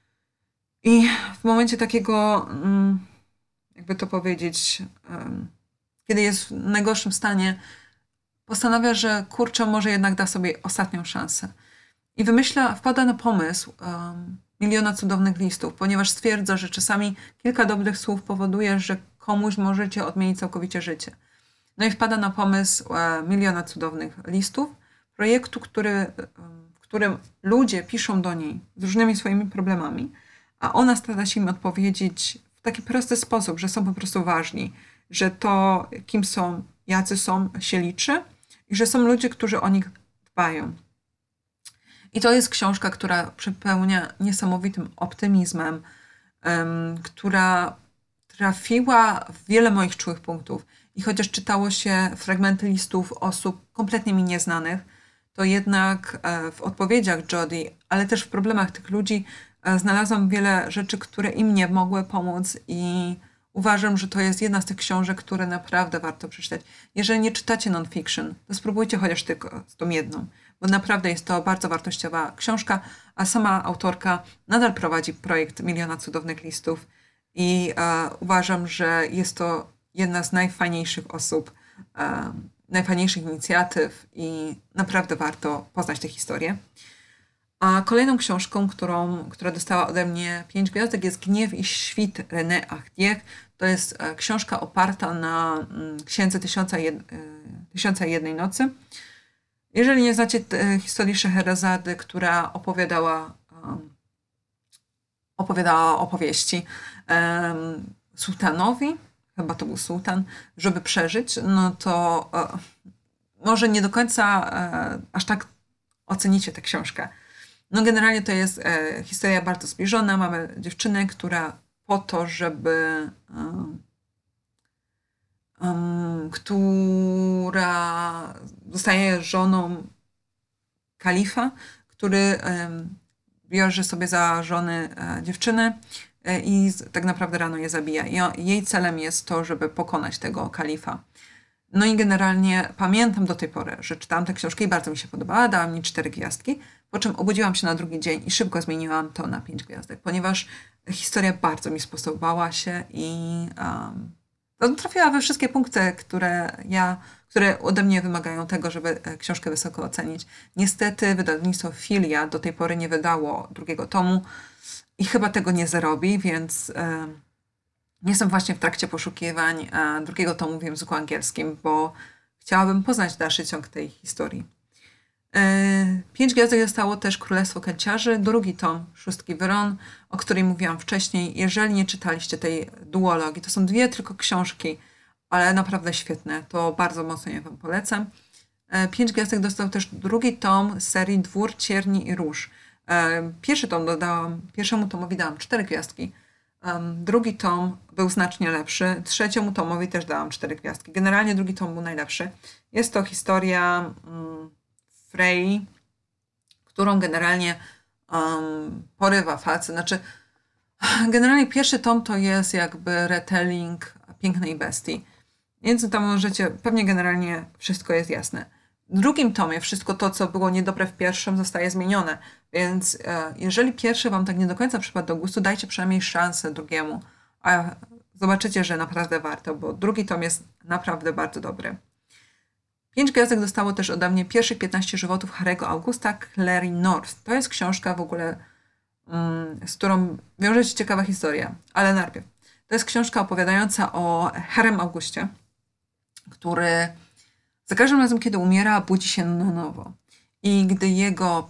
I w momencie takiego, jakby to powiedzieć, kiedy jest w najgorszym stanie, postanawia, że kurczę, może jednak da sobie ostatnią szansę. I wpada na pomysł miliona cudownych listów, ponieważ stwierdza, że czasami kilka dobrych słów powoduje, że komuś możecie odmienić całkowicie życie. No i wpada na pomysł miliona cudownych listów, projektu, w którym ludzie piszą do niej z różnymi swoimi problemami, a ona stara się im odpowiedzieć w taki prosty sposób, że są po prostu ważni, że to, kim są, jacy są, się liczy i że są ludzie, którzy o nich dbają. I to jest książka, która przepełnia niesamowitym optymizmem, która trafiła w wiele moich czułych punktów. I chociaż czytało się fragmenty listów osób kompletnie mi nieznanych, to jednak w odpowiedziach Jodi, ale też w problemach tych ludzi znalazłam wiele rzeczy, które im nie mogły pomóc i uważam, że to jest jedna z tych książek, które naprawdę warto przeczytać. Jeżeli nie czytacie non-fiction, to spróbujcie chociaż tylko z tą jedną, bo naprawdę jest to bardzo wartościowa książka, a sama autorka nadal prowadzi projekt Miliona Cudownych Listów i uważam, że jest to jedna z najfajniejszych osób najfajniejszych inicjatyw i naprawdę warto poznać tę historię. A kolejną książką, która dostała ode mnie 5 gwiazdek, jest Gniew i świt René Ahdieh. To jest książka oparta na Księdze Tysiąca i Jednej Nocy. Jeżeli nie znacie historii Scheherazady, która opowiadała opowieści sułtanowi, chyba to był sułtan, żeby przeżyć, no to może nie do końca aż tak ocenicie tę książkę. No generalnie to jest historia bardzo zbliżona. Mamy dziewczynę, która po to, która zostaje żoną kalifa, który bierze sobie za żonę dziewczynę i tak naprawdę rano je zabija. Jej celem jest to, żeby pokonać tego kalifa. No i generalnie pamiętam do tej pory, że czytałam tę książkę i bardzo mi się podobała, dała mi 4 gwiazdki, po czym obudziłam się na drugi dzień i szybko zmieniłam to na 5 gwiazdek, ponieważ historia bardzo mi spodobała się i trafiła we wszystkie punkty, które ode mnie wymagają tego, żeby książkę wysoko ocenić. Niestety wydawnictwo Filia do tej pory nie wydało drugiego tomu i chyba tego nie zarobi, więc jestem właśnie w trakcie poszukiwań drugiego tomu w języku angielskim, bo chciałabym poznać dalszy ciąg tej historii. 5 gwiazdek dostało też Królestwo Kęciarzy, drugi tom Szóstki Wyron, o której mówiłam wcześniej. Jeżeli nie czytaliście tej duologii, to są 2 tylko książki, ale naprawdę świetne, to bardzo mocno je wam polecam. 5 gwiazdek dostał też drugi tom z serii Dwór Cierni i Róż. Pierwszemu tomowi dałam 4 gwiazdki. Drugi tom był znacznie lepszy. Trzeciemu tomowi też dałam 4 gwiazdki. Generalnie drugi tom był najlepszy. Jest to historia Frey, którą generalnie porywa facet. Znaczy, generalnie pierwszy tom to jest jakby retelling Pięknej Bestii. Więc tam możecie, pewnie generalnie wszystko jest jasne. W drugim tomie wszystko to, co było niedobre w pierwszym, zostaje zmienione. Więc jeżeli pierwszy wam tak nie do końca przypadł do gustu, dajcie przynajmniej szansę drugiemu. A zobaczycie, że naprawdę warto, bo drugi tom jest naprawdę bardzo dobry. 5 gwiazdek dostało też ode mnie Pierwszych 15 żywotów Harry'ego Augusta Clary North. To jest książka w ogóle, z którą wiąże się ciekawa historia. Ale najpierw. To jest książka opowiadająca o Harrym Augustie, który za każdym razem, kiedy umiera, budzi się na nowo. I gdy jego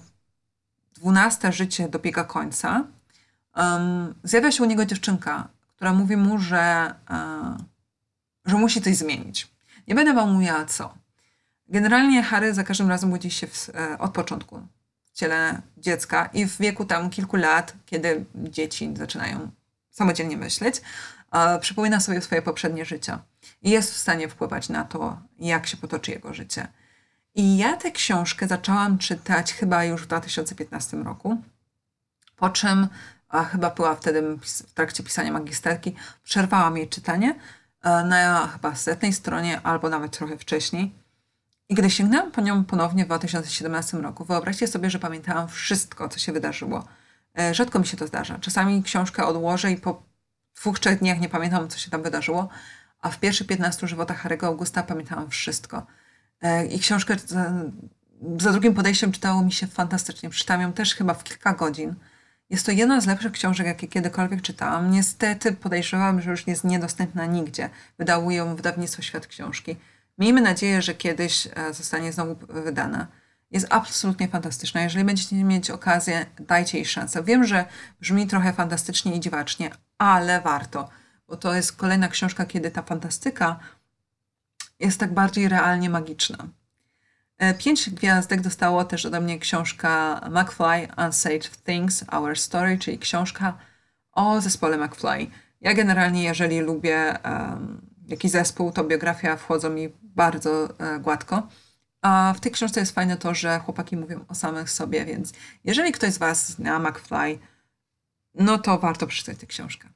12 życie dobiega końca, zjawia się u niego dziewczynka, która mówi mu, że musi coś zmienić. Nie będę wam mówiła co. Generalnie Harry za każdym razem budzi się od początku w ciele dziecka i w wieku tam kilku lat, kiedy dzieci zaczynają samodzielnie myśleć, przypomina sobie swoje poprzednie życia i jest w stanie wpływać na to, jak się potoczy jego życie. I ja tę książkę zaczęłam czytać chyba już w 2015 roku, po czym chyba była wtedy w trakcie pisania magisterki, przerwałam jej czytanie na chyba 100 stronie albo nawet trochę wcześniej. I gdy sięgnęłam po nią ponownie w 2017 roku, wyobraźcie sobie, że pamiętałam wszystko, co się wydarzyło. Rzadko mi się to zdarza. Czasami książkę odłożę i po 2-3 dniach nie pamiętam, co się tam wydarzyło, a w pierwszych 15 żywotach Harry'ego Augusta pamiętałam wszystko. I książkę za drugim podejściem czytało mi się fantastycznie. Przeczytałam ją też chyba w kilka godzin. Jest to jedna z lepszych książek, jakie kiedykolwiek czytałam. Niestety podejrzewam, że już jest niedostępna nigdzie. Wydało ją wydawnictwo Świat Książki. Miejmy nadzieję, że kiedyś zostanie znowu wydana. Jest absolutnie fantastyczna. Jeżeli będziecie mieć okazję, dajcie jej szansę. Wiem, że brzmi trochę fantastycznie i dziwacznie, ale warto, bo to jest kolejna książka, kiedy ta fantastyka jest tak bardziej realnie magiczna. 5 gwiazdek dostało też ode mnie książka McFly Unsaid Things, Our Story, czyli książka o zespole McFly. Ja generalnie, jeżeli lubię jakiś zespół, to biografia wchodzą mi bardzo gładko. A w tej książce jest fajne to, że chłopaki mówią o samych sobie, więc jeżeli ktoś z was zna McFly, no to warto przeczytać tę książkę.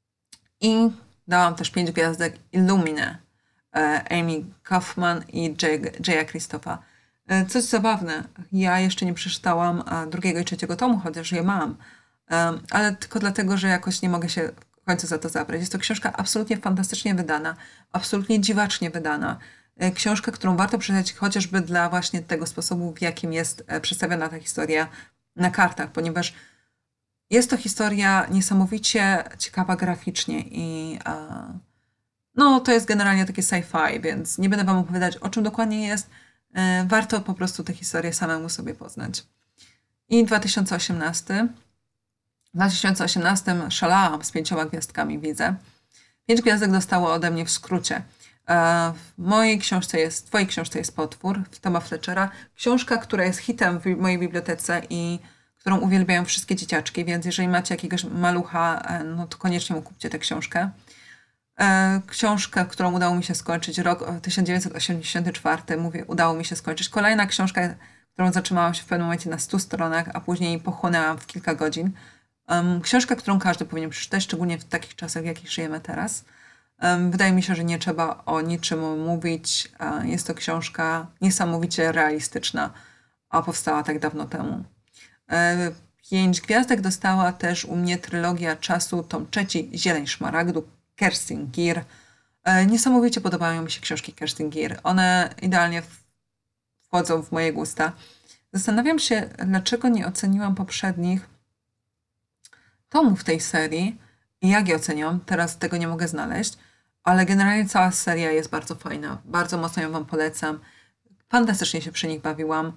I dałam też 5 gwiazdek Illumine, Amy Kaufman i Jaya Christopha. Coś zabawne, ja jeszcze nie przeczytałam drugiego i trzeciego tomu, chociaż je mam, ale tylko dlatego, że jakoś nie mogę się w końcu za to zabrać. Jest to książka absolutnie fantastycznie wydana, absolutnie dziwacznie wydana. Książka, którą warto przeczytać chociażby dla właśnie tego sposobu, w jakim jest przedstawiona ta historia na kartach, ponieważ jest to historia niesamowicie ciekawa graficznie i no, to jest generalnie takie sci-fi, więc nie będę wam opowiadać, o czym dokładnie jest. Warto po prostu tę historię samemu sobie poznać. I 2018. W 2018 szalałam z 5 gwiazdkami, widzę. 5 gwiazdek dostało ode mnie w skrócie. W twojej książce jest Potwór, Toma Fletchera. Książka, która jest hitem w mojej bibliotece i którą uwielbiają wszystkie dzieciaczki, więc jeżeli macie jakiegoś malucha, no to koniecznie mu kupcie tę książkę. Książkę, którą udało mi się skończyć, rok 1984, mówię, udało mi się skończyć. Kolejna książka, którą zatrzymałam się w pewnym momencie na 100 stronach, a później pochłonęłam w kilka godzin. Książka, którą każdy powinien przeczytać, szczególnie w takich czasach, w jakich żyjemy teraz. Wydaje mi się, że nie trzeba o niczym mówić. Jest to książka niesamowicie realistyczna, a powstała tak dawno temu. 5 gwiazdek dostała też u mnie trylogia czasu, tom 3, Zieleń Szmaragdu, Kerstin Gier. Niesamowicie podobają mi się książki Kerstin Gier. One idealnie wchodzą w moje gusta. Zastanawiam się, dlaczego nie oceniłam poprzednich tomów tej serii i jak je oceniam. Teraz tego nie mogę znaleźć, ale generalnie cała seria jest bardzo fajna. Bardzo mocno ją wam polecam. Fantastycznie się przy nich bawiłam.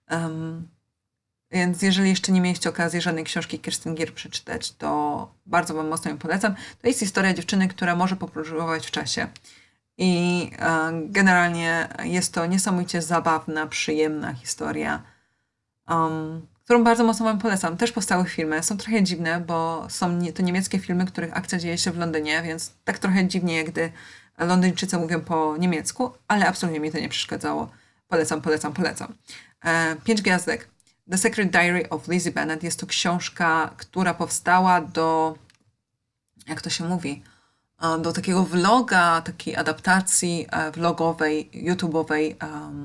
Więc jeżeli jeszcze nie mieliście okazji żadnej książki Kirsten Gier przeczytać, to bardzo wam mocno ją polecam. To jest historia dziewczyny, która może podróżować w czasie. I generalnie jest to niesamowicie zabawna, przyjemna historia, którą bardzo mocno wam polecam. Też powstały filmy. Są trochę dziwne, bo są to niemieckie filmy, których akcja dzieje się w Londynie, więc tak trochę dziwnie, gdy Londyńczycy mówią po niemiecku, ale absolutnie mi to nie przeszkadzało. Polecam, polecam, polecam. 5 gwiazdek. The Secret Diary of Lizzie Bennet jest to książka, która powstała do, jak to się mówi, do takiego vloga, takiej adaptacji vlogowej, YouTube'owej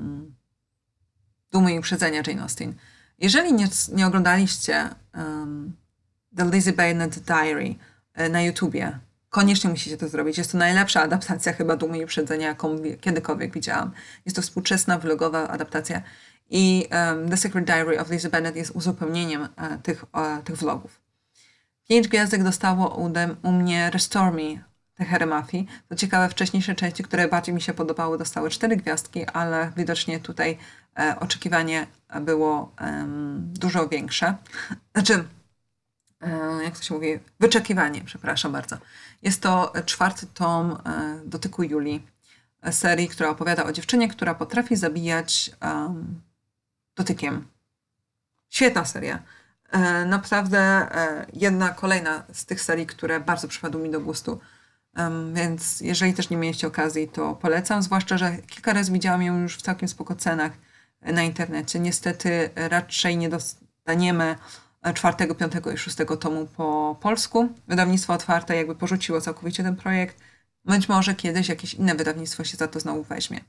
Dumy i Uprzedzenia Jane Austen. Jeżeli nie oglądaliście The Lizzie Bennet Diary na YouTubie, koniecznie musicie to zrobić. Jest to najlepsza adaptacja chyba Dumy i Uprzedzenia, jaką kiedykolwiek widziałam. Jest to współczesna, vlogowa adaptacja i The Secret Diary of Lizzie Bennet jest uzupełnieniem tych vlogów. 5 gwiazdek dostało u mnie Restore Me, Tehery Mafii. To ciekawe, wcześniejsze części, które bardziej mi się podobały, dostały 4 gwiazdki, ale widocznie tutaj oczekiwanie było dużo większe. Znaczy, jak to się mówi? Wyczekiwanie, przepraszam bardzo. Jest to 4. tom Dotyku Julii, serii, która opowiada o dziewczynie, która potrafi zabijać dotykiem. Świetna seria. Naprawdę jedna kolejna z tych serii, które bardzo przypadły mi do gustu. Więc jeżeli też nie mieliście okazji, to polecam. Zwłaszcza, że kilka razy widziałam ją już w całkiem spoko cenach na internecie. Niestety raczej nie dostaniemy 4., 5. i 6. tomu po polsku. Wydawnictwo Otwarte jakby porzuciło całkowicie ten projekt. Być może kiedyś jakieś inne wydawnictwo się za to znowu weźmie.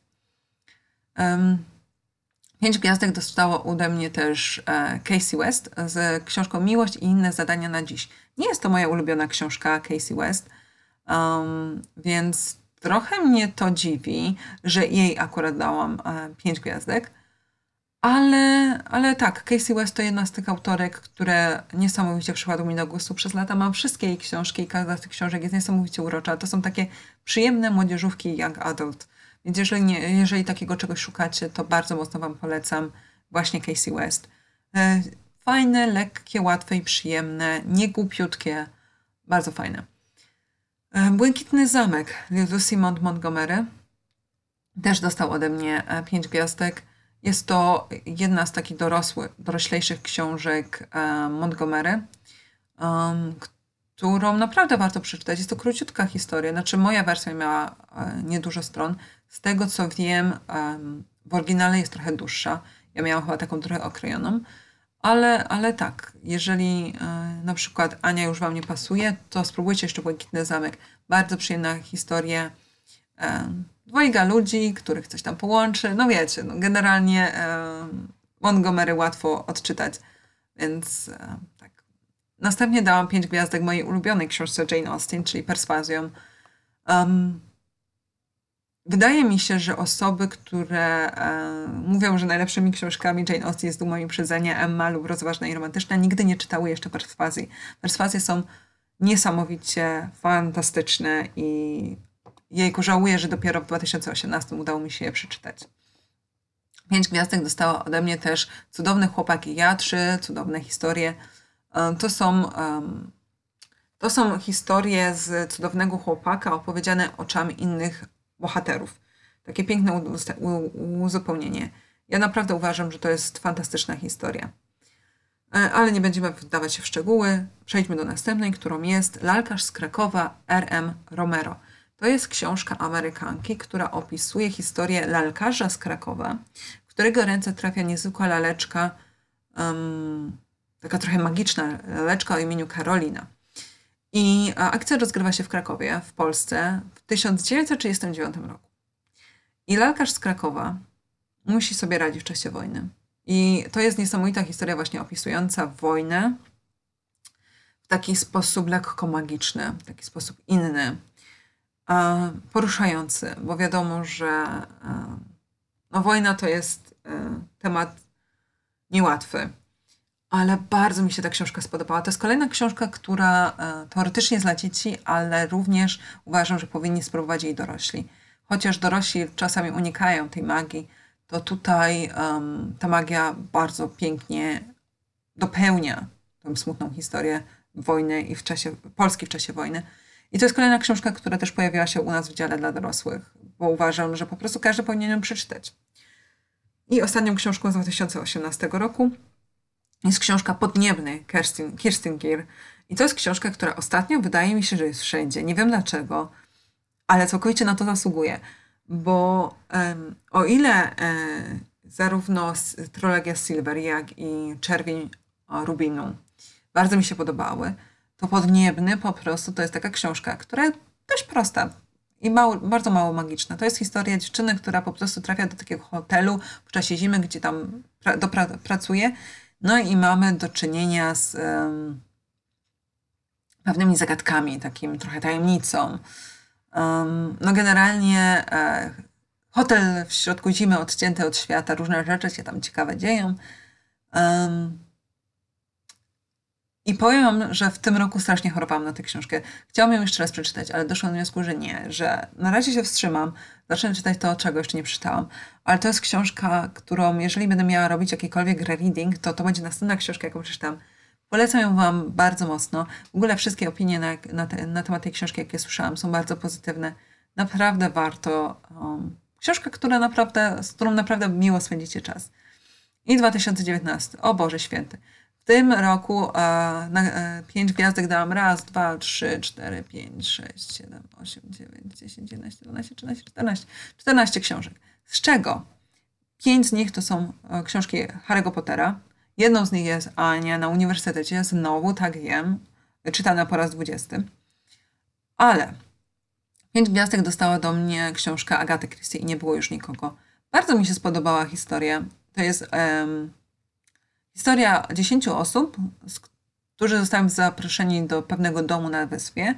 5 gwiazdek dostało ode mnie też Casey West z książką Miłość i inne zadania na dziś. Nie jest to moja ulubiona książka Casey West, więc trochę mnie to dziwi, że jej akurat dałam 5 gwiazdek. Ale tak, Casey West to jedna z tych autorek, które niesamowicie przypadły mi do gustu. Przez lata mam wszystkie jej książki i każda z tych książek jest niesamowicie urocza. To są takie przyjemne młodzieżówki young adult. Więc jeżeli takiego czegoś szukacie, to bardzo mocno wam polecam właśnie Casey West. Fajne, lekkie, łatwe i przyjemne, nie głupiutkie. Bardzo fajne. Błękitny Zamek Lucy Maud Montgomery też dostał ode mnie 5 gwiazdek. Jest to jedna z takich doroślejszych książek Montgomery, którą naprawdę warto przeczytać. Jest to króciutka historia. Znaczy moja wersja miała niedużo stron. Z tego co wiem, w oryginale jest trochę dłuższa. Ja miałam chyba taką trochę okrojoną. Ale tak, jeżeli na przykład Ania już wam nie pasuje, to spróbujcie jeszcze Błękitny Zamek. Bardzo przyjemna historia. Dwojga ludzi, których coś tam połączy. No wiecie, no generalnie Montgomery łatwo odczytać. Więc tak. Następnie dałam 5 gwiazdek mojej ulubionej książce Jane Austen, czyli Perswazją. wydaje mi się, że osoby, które mówią, że najlepszymi książkami Jane Austen jest Duma i Uprzedzenie, Emma lub Rozważna i Romantyczna, nigdy nie czytały jeszcze Perswazji. Perswazje są niesamowicie fantastyczne i jejku, żałuję, że dopiero w 2018 udało mi się je przeczytać. 5 gwiazdek dostała ode mnie też Cudowny chłopak i ja, 3 cudowne historie. To są, to są historie z Cudownego chłopaka opowiedziane oczami innych bohaterów. Takie piękne uzupełnienie. Ja naprawdę uważam, że to jest fantastyczna historia. Ale nie będziemy wdawać się w szczegóły. Przejdźmy do następnej, którą jest Lalkarz z Krakowa R.M. Romero. To jest książka Amerykanki, która opisuje historię lalkarza z Krakowa, w którego ręce trafia niezwykła laleczka, taka trochę magiczna laleczka o imieniu Karolina. I akcja rozgrywa się w Krakowie, w Polsce, w 1939 roku. I lalkarz z Krakowa musi sobie radzić w czasie wojny. I to jest niesamowita historia właśnie opisująca wojnę w taki sposób lekko magiczny, w taki sposób inny, poruszający, bo wiadomo, że no, wojna to jest temat niełatwy. Ale bardzo mi się ta książka spodobała. To jest kolejna książka, która teoretycznie jest dla dzieci, ale również uważam, że powinni spróbować jej dorośli. Chociaż dorośli czasami unikają tej magii, to tutaj ta magia bardzo pięknie dopełnia tę smutną historię wojny i Polski w czasie wojny. I to jest kolejna książka, która też pojawiła się u nas w dziale dla dorosłych, bo uważam, że po prostu każdy powinien ją przeczytać. I ostatnią książką z 2018 roku jest książka Podniebny Kirsten Gier. I to jest książka, która ostatnio wydaje mi się, że jest wszędzie. Nie wiem dlaczego, ale całkowicie na to zasługuje. Bo o ile zarówno trylogia Silver, jak i Czerwień Rubinu bardzo mi się podobały, to Podniebny po prostu to jest taka książka, która jest dość prosta i bardzo mało magiczna. To jest historia dziewczyny, która po prostu trafia do takiego hotelu w czasie zimy, gdzie tam pracuje. No i mamy do czynienia z pewnymi zagadkami, takim trochę tajemnicą. No generalnie hotel w środku zimy odcięty od świata, różne rzeczy się tam ciekawe dzieją. I powiem wam, że w tym roku strasznie chorowałam na tę książkę. Chciałam ją jeszcze raz przeczytać, ale doszłam do wniosku, że nie, że na razie się wstrzymam, zacznę czytać to, czego jeszcze nie przeczytałam. Ale to jest książka, którą jeżeli będę miała robić jakikolwiek rereading, to będzie następna książka, jaką przeczytam. Polecam ją wam bardzo mocno. W ogóle wszystkie opinie na temat tej książki, jakie słyszałam, są bardzo pozytywne. Naprawdę warto. Książka, z którą naprawdę miło spędzicie czas. I 2019. O Boże Święty. W tym roku 5 gwiazdek dałam. Raz, 2, 3, 4, 5, 6, 7, 8, 9, 10, 11, 12, 13, 14. 14 książek. Z czego 5 z nich to są książki Harry'ego Pottera. Jedną z nich jest Ania na uniwersytecie. Znowu, tak wiem. Czytana po raz 20. Ale 5 gwiazdek dostała do mnie książka Agaty Christie i nie było już nikogo. Bardzo mi się spodobała historia. To jest historia 10 osób, którzy zostali zaproszeni do pewnego domu na wyspie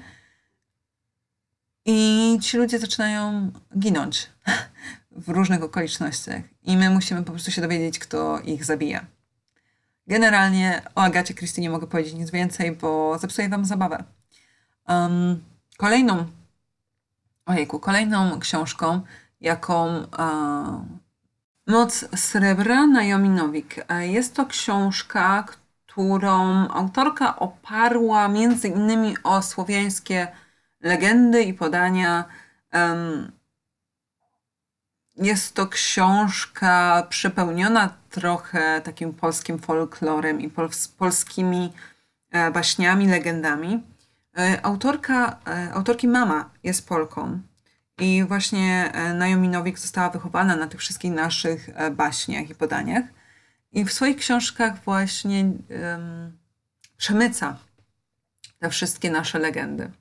i ci ludzie zaczynają ginąć w różnych okolicznościach i my musimy po prostu się dowiedzieć, kto ich zabija. Generalnie o Agacie Christie nie mogę powiedzieć nic więcej, bo zepsuję wam zabawę. Kolejną książką, jaką Moc Srebra Naomi Novik. Jest to książka, którą autorka oparła między innymi o słowiańskie legendy i podania. Jest to książka przepełniona trochę takim polskim folklorem i polskimi baśniami, legendami. Autorki mama jest Polką i właśnie Naomi Novik została wychowana na tych wszystkich naszych baśniach i podaniach i w swoich książkach właśnie przemyca te wszystkie nasze legendy.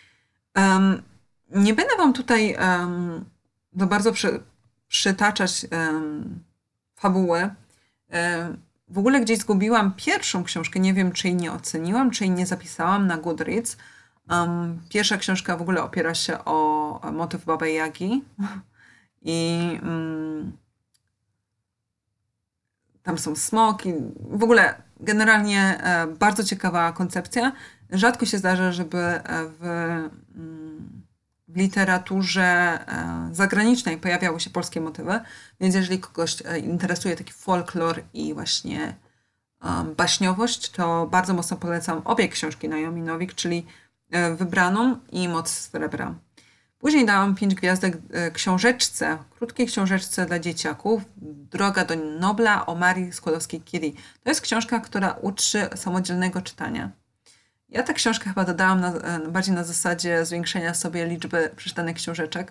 Nie będę wam tutaj za bardzo przytaczać fabuły. W ogóle gdzieś zgubiłam pierwszą książkę, nie wiem, czy jej nie oceniłam, czy jej nie zapisałam na Goodreads. Pierwsza książka w ogóle opiera się o motyw Baby Jagi. i tam są smoki. W ogóle generalnie bardzo ciekawa koncepcja. Rzadko się zdarza, żeby w literaturze zagranicznej pojawiały się polskie motywy, więc jeżeli kogoś interesuje taki folklor i właśnie baśniowość, to bardzo mocno polecam obie książki Naomi Novik, czyli Wybraną i Moc Srebra. Później dałam 5 gwiazdek książeczce, krótkiej książeczce dla dzieciaków, Droga do Nobla o Marii Skłodowskiej-Curie. To jest książka, która uczy samodzielnego czytania. Ja tę książkę chyba dodałam bardziej na zasadzie zwiększenia sobie liczby przeczytanych książeczek,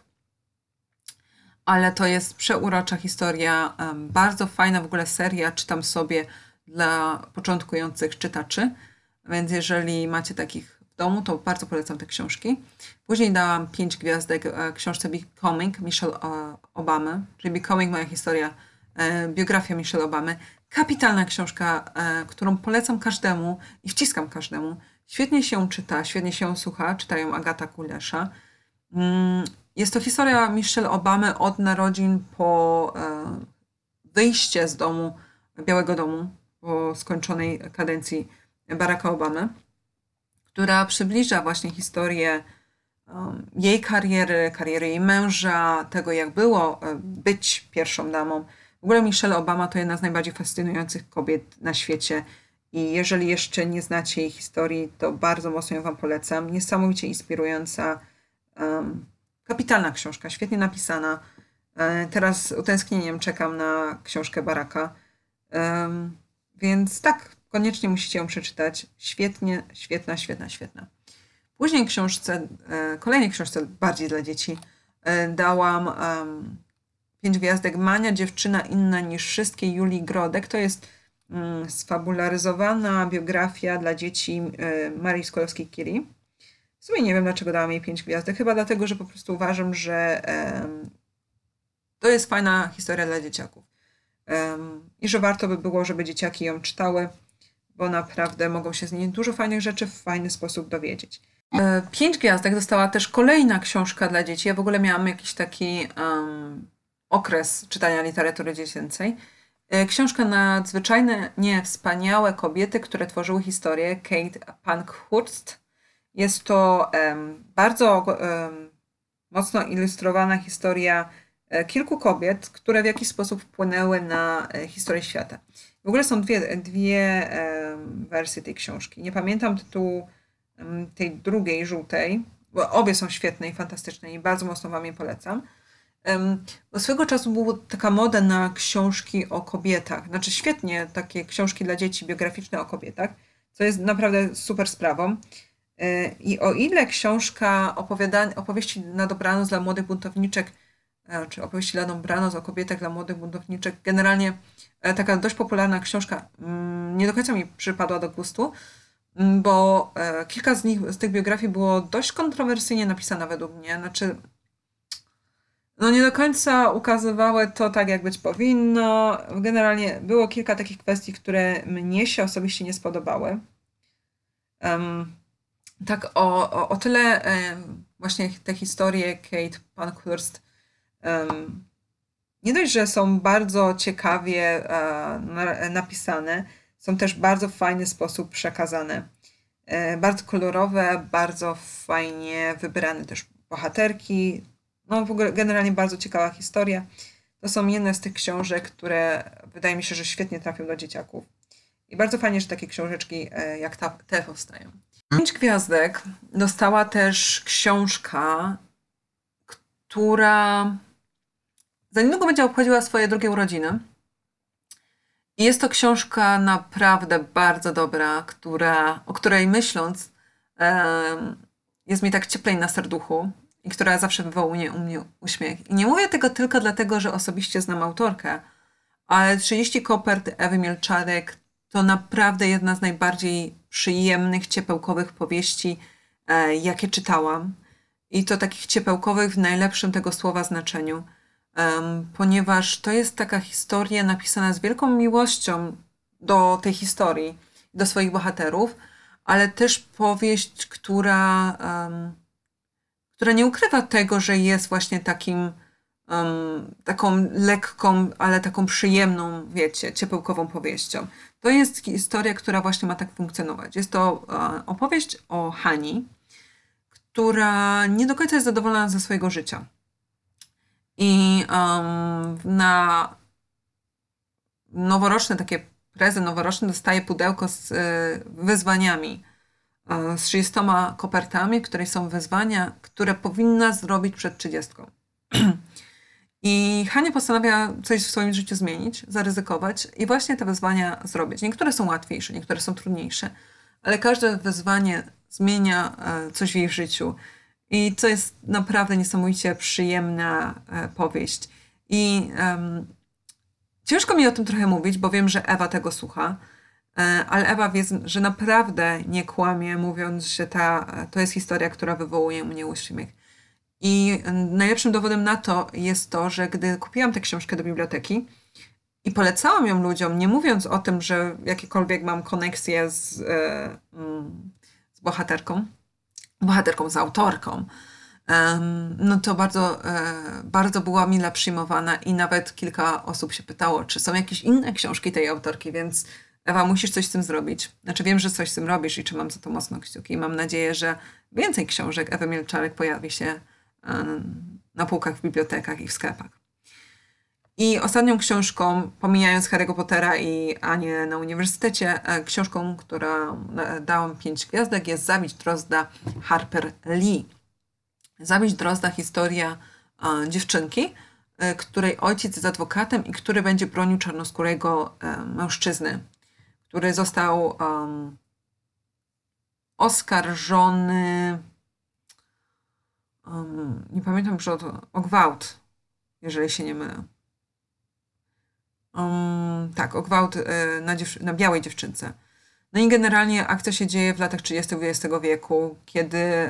ale to jest przeurocza historia, bardzo fajna w ogóle seria, czytam sobie dla początkujących czytaczy, więc jeżeli macie takich w domu, to bardzo polecam te książki. Później dałam 5 gwiazdek książce Becoming Michelle Obamy, czyli Becoming, moja historia, biografia Michelle Obamy. Kapitalna książka, którą polecam każdemu i wciskam każdemu. Świetnie się czyta, świetnie się słucha, czytają Agata Kulesza. Jest to historia Michelle Obamy od narodzin po wyjście z domu, Białego Domu, po skończonej kadencji Baracka Obamy, która przybliża właśnie historię jej kariery jej męża, tego jak było być pierwszą damą. W ogóle Michelle Obama to jedna z najbardziej fascynujących kobiet na świecie i jeżeli jeszcze nie znacie jej historii, to bardzo mocno ją wam polecam. Niesamowicie inspirująca, kapitalna książka, świetnie napisana. Teraz z utęsknieniem czekam na książkę Baracka. Więc tak, koniecznie musicie ją przeczytać. Świetnie, świetna, świetna, świetna. Później kolejnej książce bardziej dla dzieci dałam 5 gwiazdek Mania, dziewczyna inna niż wszystkie Julii Grodek. To jest sfabularyzowana biografia dla dzieci Marii Skłodowskiej-Curie. W sumie nie wiem, dlaczego dałam jej 5 gwiazdek. Chyba dlatego, że po prostu uważam, że to jest fajna historia dla dzieciaków. I że warto by było, żeby dzieciaki ją czytały, bo naprawdę mogą się z niej dużo fajnych rzeczy w fajny sposób dowiedzieć. 5 gwiazdek dostała też kolejna książka dla dzieci. Ja w ogóle miałam jakiś taki okres czytania literatury dziecięcej. Książka Nadzwyczajne, wspaniałe kobiety, które tworzyły historię, Kate Pankhurst. Jest to bardzo mocno ilustrowana historia kilku kobiet, które w jakiś sposób wpłynęły na historię świata. W ogóle są dwie wersje tej książki. Nie pamiętam tytułu tej drugiej, żółtej, bo obie są świetne i fantastyczne i bardzo mocno wam je polecam. Bo swego czasu była taka moda na książki o kobietach. Znaczy świetnie takie książki dla dzieci biograficzne o kobietach, co jest naprawdę super sprawą. I o ile książka opowieści na dobranoc dla młodych buntowniczek, czy opowieści dla dobranoc o kobietach dla młodych buntowniczek, generalnie taka dość popularna książka, nie do końca mi przypadła do gustu, bo kilka z tych biografii było dość kontrowersyjnie napisane według mnie. Znaczy, no nie do końca ukazywały to tak, jak być powinno. Generalnie było kilka takich kwestii, które mnie się osobiście nie spodobały. Tak o tyle właśnie te historie Kate Pankhurst nie dość, że są bardzo ciekawie napisane, są też w bardzo fajny sposób przekazane. Bardzo kolorowe, bardzo fajnie wybrane też bohaterki. No w ogóle generalnie bardzo ciekawa historia. To są jedne z tych książek, które wydaje mi się, że świetnie trafią do dzieciaków. I bardzo fajnie, że takie książeczki jak te powstają. 5 gwiazdek dostała też książka, która za niedługo będzie obchodziła swoje drugie urodziny. I jest to książka naprawdę bardzo dobra, o której myśląc jest mi tak cieplej na serduchu i która zawsze wywołuje u mnie uśmiech. I nie mówię tego tylko dlatego, że osobiście znam autorkę, ale 30 kopert Ewy Mielczarek to naprawdę jedna z najbardziej przyjemnych, ciepełkowych powieści, jakie czytałam. I to takich ciepełkowych w najlepszym tego słowa znaczeniu. Ponieważ to jest taka historia napisana z wielką miłością do tej historii, do swoich bohaterów, ale też powieść, która nie ukrywa tego, że jest właśnie takim taką lekką, ale taką przyjemną, wiecie, ciepełkową powieścią. To jest historia, która właśnie ma tak funkcjonować. Jest to opowieść o Hani, która nie do końca jest zadowolona ze swojego życia. I na noworoczne takie prezent noworoczny dostaje pudełko z wyzwaniami, z 30 kopertami, w której są wyzwania, które powinna zrobić przed 30. I Hania postanawia coś w swoim życiu zmienić, zaryzykować i właśnie te wyzwania zrobić. Niektóre są łatwiejsze, niektóre są trudniejsze, ale każde wyzwanie zmienia coś w jej życiu. I to jest naprawdę niesamowicie przyjemna powieść. I ciężko mi o tym trochę mówić, bo wiem, że Ewa tego słucha, ale Ewa wie, że naprawdę nie kłamie, mówiąc, że to jest historia, która wywołuje u mnie uśmiech. I najlepszym dowodem na to jest to, że gdy kupiłam tę książkę do biblioteki i polecałam ją ludziom, nie mówiąc o tym, że jakiekolwiek mam koneksję z bohaterką, z autorką, no to bardzo była mile przyjmowana i nawet kilka osób się pytało, czy są jakieś inne książki tej autorki, więc Ewa, musisz coś z tym zrobić. Znaczy wiem, że coś z tym robisz i trzymam za to mocno kciuki. I mam nadzieję, że więcej książek Ewy Mielczarek pojawi się na półkach w bibliotekach i w sklepach. I ostatnią książką, pomijając Harry'ego Pottera i Anię na uniwersytecie, książką, która dałam 5 gwiazdek, jest Zabić Drozda Harper Lee. Zabić Drozda, historia dziewczynki, której ojciec jest adwokatem i który będzie bronił czarnoskórego mężczyzny, który został oskarżony, nie pamiętam już o gwałt, jeżeli się nie mylę. Tak, o gwałt na białej dziewczynce. No i generalnie akcja się dzieje w latach 30. XX wieku, kiedy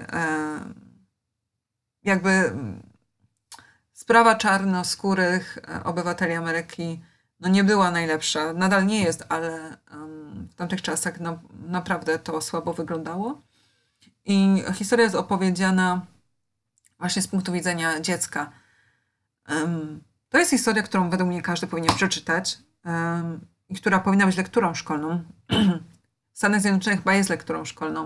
jakby sprawa czarnoskórych obywateli Ameryki no nie była najlepsza. Nadal nie jest, ale w tamtych czasach naprawdę to słabo wyglądało. I historia jest opowiedziana właśnie z punktu widzenia dziecka. To jest historia, którą według mnie każdy powinien przeczytać i która powinna być lekturą szkolną. W Stanach Zjednoczonych chyba jest lekturą szkolną.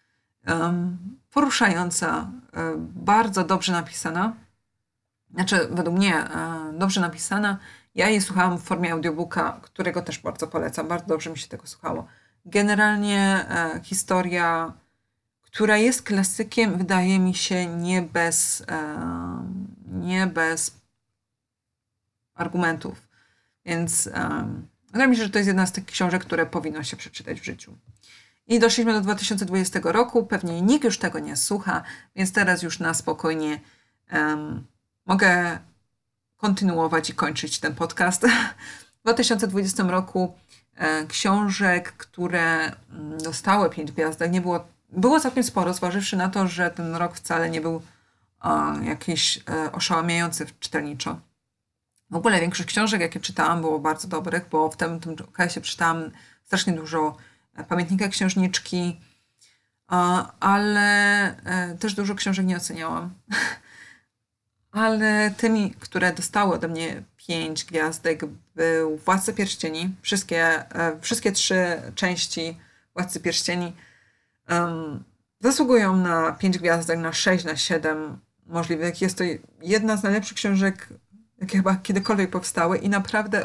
Poruszająca, bardzo dobrze napisana. Znaczy, według mnie dobrze napisana. Ja jej słuchałam w formie audiobooka, którego też bardzo polecam. Bardzo dobrze mi się tego słuchało. Generalnie historia, która jest klasykiem, wydaje mi się nie bez argumentów. Więc wydaje mi się, że to jest jedna z tych książek, które powinno się przeczytać w życiu. I doszliśmy do 2020 roku. Pewnie nikt już tego nie słucha, więc teraz już na spokojnie mogę kontynuować i kończyć ten podcast. W 2020 roku książek, które dostały 5 gwiazdek, było całkiem sporo, zważywszy na to, że ten rok wcale nie był jakiś oszałamiający czytelniczo. W ogóle większość książek, jakie czytałam, było bardzo dobrych, bo w tym okresie czytałam strasznie dużo Pamiętnika Księżniczki, ale też dużo książek nie oceniałam. Ale tymi, które dostały ode mnie 5 gwiazdek, był Władca Pierścieni. Wszystkie 3 części Władcy Pierścieni zasługują na 5 gwiazdek, na 6, na 7 możliwych. Jest to jedna z najlepszych książek, jakie chyba kiedykolwiek powstały i naprawdę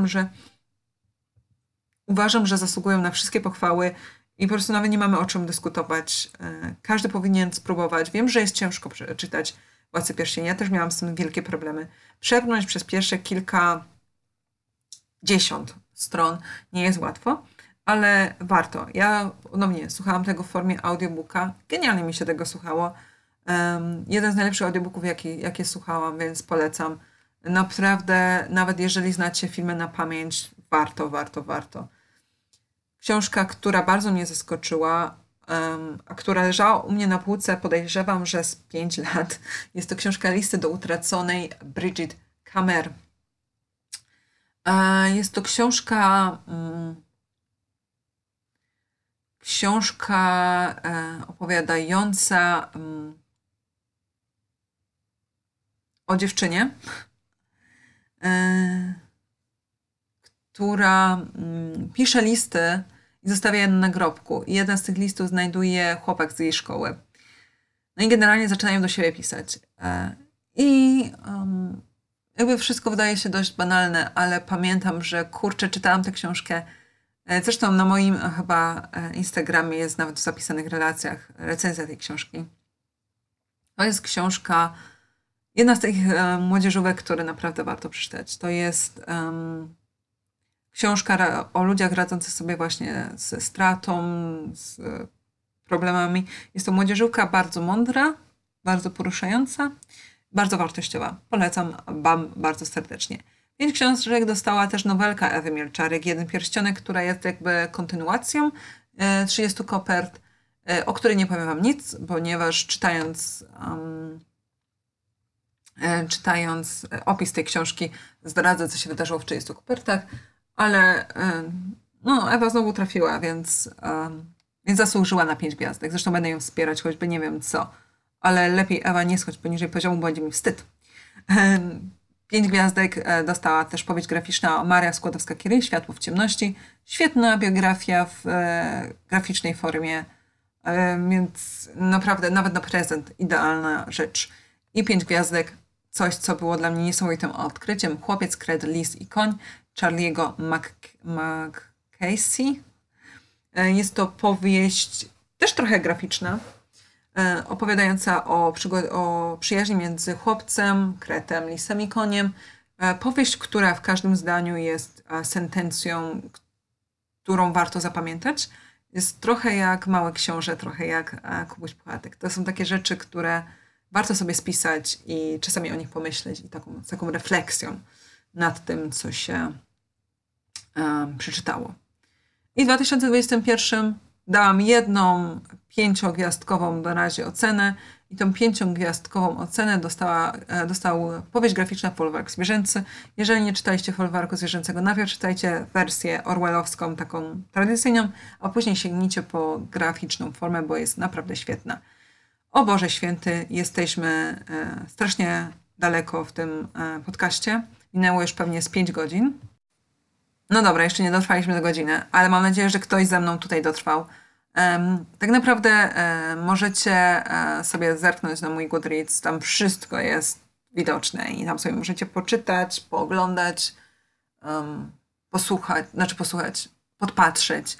uważam, że zasługują na wszystkie pochwały i po prostu nawet nie mamy o czym dyskutować. Każdy powinien spróbować. Wiem, że jest ciężko czytać Władcę Pierścieni. Ja też miałam z tym wielkie problemy. Przebrnąć przez pierwsze kilkadziesiąt stron nie jest łatwo, ale warto. Ja ponownie słuchałam tego w formie audiobooka. Genialnie mi się tego słuchało. Jeden z najlepszych audiobooków, jakie słuchałam, więc polecam. Naprawdę, nawet jeżeli znacie filmy na pamięć, warto. Książka, która bardzo mnie zaskoczyła, a która leżała u mnie na półce, podejrzewam, że z 5 lat. Jest to książka Listy do utraconej Bridget Kamer. Jest to książka opowiadająca o dziewczynie, która pisze listy i zostawia je na nagrobku. I jeden z tych listów znajduje chłopak z jej szkoły. No i generalnie zaczynają do siebie pisać. I jakby wszystko wydaje się dość banalne, ale pamiętam, że kurczę, czytałam tę książkę. Zresztą na moim chyba Instagramie jest nawet w zapisanych relacjach recenzja tej książki. To jest książka, jedna z tych młodzieżówek, które naprawdę warto przeczytać. To jest książka o ludziach radzących sobie właśnie ze stratą, z problemami. Jest to młodzieżówka bardzo mądra, bardzo poruszająca, bardzo wartościowa. Polecam wam bardzo serdecznie. 5 książek dostała też nowelka Ewy Mielczarek, Jeden pierścionek, która jest jakby kontynuacją 30 kopert, o której nie powiem wam nic, ponieważ czytając opis tej książki zdradzę, co się wydarzyło w 30 kopertach, ale no, Ewa znowu trafiła, więc zasłużyła na 5 gwiazdek. Zresztą będę ją wspierać, choćby nie wiem co, ale lepiej Ewa nie schodź poniżej poziomu, bo będzie mi wstyd. 5 gwiazdek dostała też powieść graficzna Maria Skłodowska-Curie, Światło w ciemności. Świetna biografia w graficznej formie, więc naprawdę nawet na prezent idealna rzecz. I 5 gwiazdek, coś co było dla mnie niesamowitym odkryciem. Chłopiec, kred, lis i koń Charlie'ego MacCasey. Jest to powieść też trochę graficzna, opowiadająca o przyjaźni między chłopcem, kretem, lisem i koniem. Powieść, która w każdym zdaniu jest sentencją, którą warto zapamiętać. Jest trochę jak Małe Książę, trochę jak Kubuś Puchatek. To są takie rzeczy, które warto sobie spisać i czasami o nich pomyśleć i z taką refleksją nad tym, co się przeczytało. I w 2021 dałam jedną 5-gwiazdkową na razie ocenę i tą 5-gwiazdkową ocenę dostał powieść graficzna Folwark Zwierzęcy. Jeżeli nie czytaliście Folwarku Zwierzęcego, najpierw czytajcie wersję orwellowską, taką tradycyjną, a później sięgnijcie po graficzną formę, bo jest naprawdę świetna. O Boże Święty, jesteśmy strasznie daleko w tym podcaście. Minęło już pewnie z 5 godzin. No dobra, jeszcze nie dotrwaliśmy do godziny, ale mam nadzieję, że ktoś ze mną tutaj dotrwał. Tak naprawdę możecie sobie zerknąć na mój Goodreads, tam wszystko jest widoczne i tam sobie możecie poczytać, pooglądać, podpatrzeć.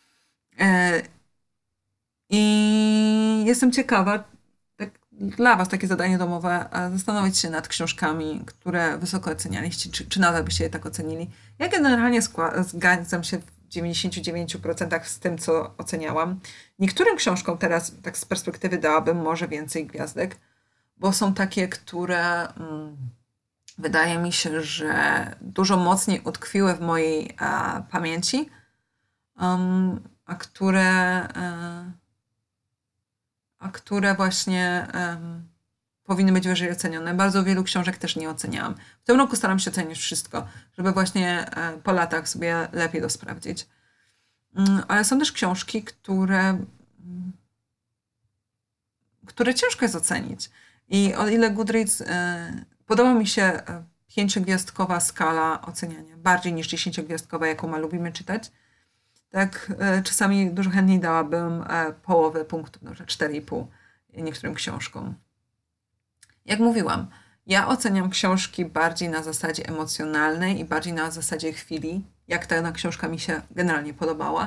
I jestem ciekawa, tak, dla was takie zadanie domowe, zastanowić się nad książkami, które wysoko ocenialiście, czy nadal byście je tak ocenili. Ja generalnie zgadzam się w 99% z tym, co oceniałam. Niektórym książkom teraz, tak z perspektywy, dałabym może więcej gwiazdek, bo są takie, które wydaje mi się, że dużo mocniej utkwiły w mojej pamięci, a które właśnie powinny być wyżej ocenione. Bardzo wielu książek też nie oceniałam. W tym roku staram się ocenić wszystko, żeby właśnie po latach sobie lepiej to sprawdzić. Ale są też książki, które ciężko jest ocenić. I o ile Goodreads podoba mi się 5-gwiazdkowa skala oceniania, bardziej niż 10-gwiazdkowa, jaką ma lubimy czytać, tak czasami dużo chętniej dałabym połowę punktów, na przykład 4,5 niektórym książkom. Jak mówiłam, ja oceniam książki bardziej na zasadzie emocjonalnej i bardziej na zasadzie chwili, jak ta książka mi się generalnie podobała.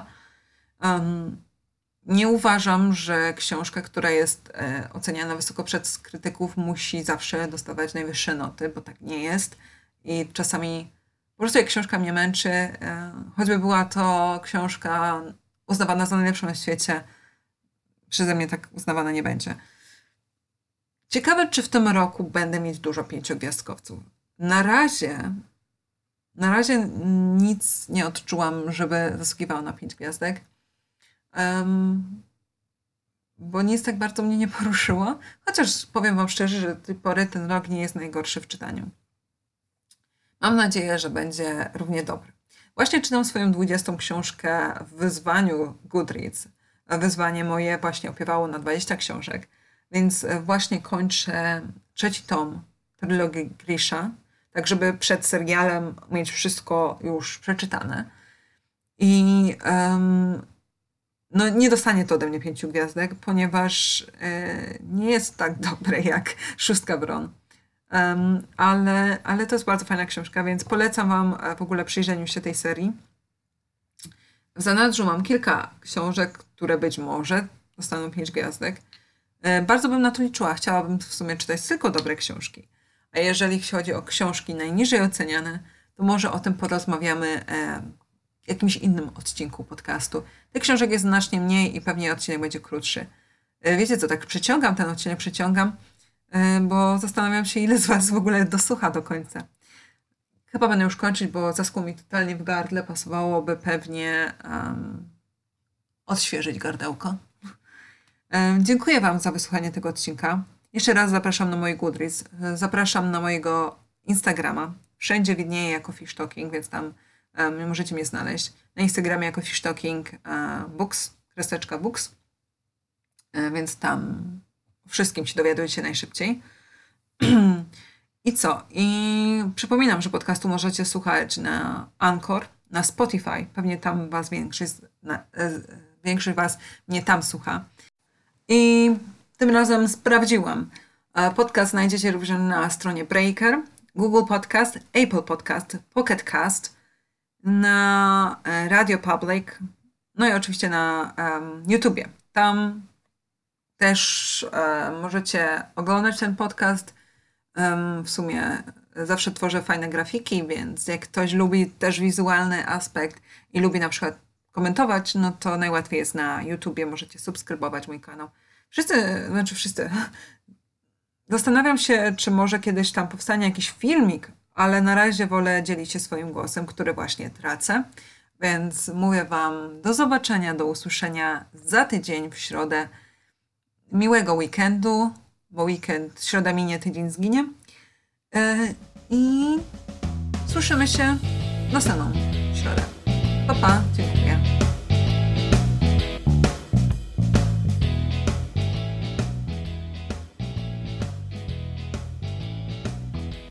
Nie uważam, że książka, która jest oceniana wysoko przez krytyków, musi zawsze dostawać najwyższe noty, bo tak nie jest. I czasami po prostu jak książka mnie męczy, choćby była to książka uznawana za najlepszą na świecie, przeze mnie tak uznawana nie będzie. Ciekawe, czy w tym roku będę mieć dużo 5-gwiazdkowców. Na razie nic nie odczułam, żeby zasługiwało na 5 gwiazdek. Bo nic tak bardzo mnie nie poruszyło. Chociaż powiem wam szczerze, że do tej pory ten rok nie jest najgorszy w czytaniu. Mam nadzieję, że będzie równie dobry. Właśnie czytam swoją 20. książkę w wyzwaniu Goodreads. Wyzwanie moje właśnie opiewało na 20 książek, więc właśnie kończę 3. tom trylogię Grisha, tak żeby przed serialem mieć wszystko już przeczytane. I no, nie dostanie to ode mnie 5 gwiazdek, ponieważ nie jest tak dobre jak Szóstka Wron. Ale to jest bardzo fajna książka, więc polecam Wam w ogóle przyjrzeniu się tej serii. W zanadrzu mam kilka książek, które być może dostaną 5 gwiazdek. Bardzo bym na to liczyła. Chciałabym w sumie czytać tylko dobre książki. A jeżeli chodzi o książki najniżej oceniane, to może o tym porozmawiamy w jakimś innym odcinku podcastu. Tych książek jest znacznie mniej i pewnie odcinek będzie krótszy. Wiecie co, tak przeciągam ten odcinek, bo zastanawiam się, ile z Was w ogóle dosłucha do końca. Chyba będę już kończyć, bo zaschło mi totalnie w gardle. Pasowałoby pewnie odświeżyć gardełko. Dziękuję Wam za wysłuchanie tego odcinka. Jeszcze raz zapraszam na mój Goodreads. Zapraszam na mojego Instagrama. Wszędzie widnieje jako Fish Talking, więc tam możecie mnie znaleźć. Na Instagramie jako Fish Talking Books, _books. Więc tam wszystkim się dowiadujecie najszybciej. I co? I przypominam, że podcastu możecie słuchać na Anchor, na Spotify. Pewnie tam większość Was mnie tam słucha. I tym razem sprawdziłam. Podcast znajdziecie również na stronie Breaker, Google Podcast, Apple Podcast, Pocket Cast, na Radio Public, no i oczywiście na YouTubie. Tam też możecie oglądać ten podcast. W sumie zawsze tworzę fajne grafiki, więc jak ktoś lubi też wizualny aspekt i lubi na przykład komentować, no to najłatwiej jest na YouTubie. Możecie subskrybować mój kanał. Wszyscy. Zastanawiam się, czy może kiedyś tam powstanie jakiś filmik, ale na razie wolę dzielić się swoim głosem, który właśnie tracę. Więc mówię Wam do zobaczenia, do usłyszenia za tydzień w środę. Miłego weekendu, bo środa minie, tydzień zginie. I słyszymy się następną środę.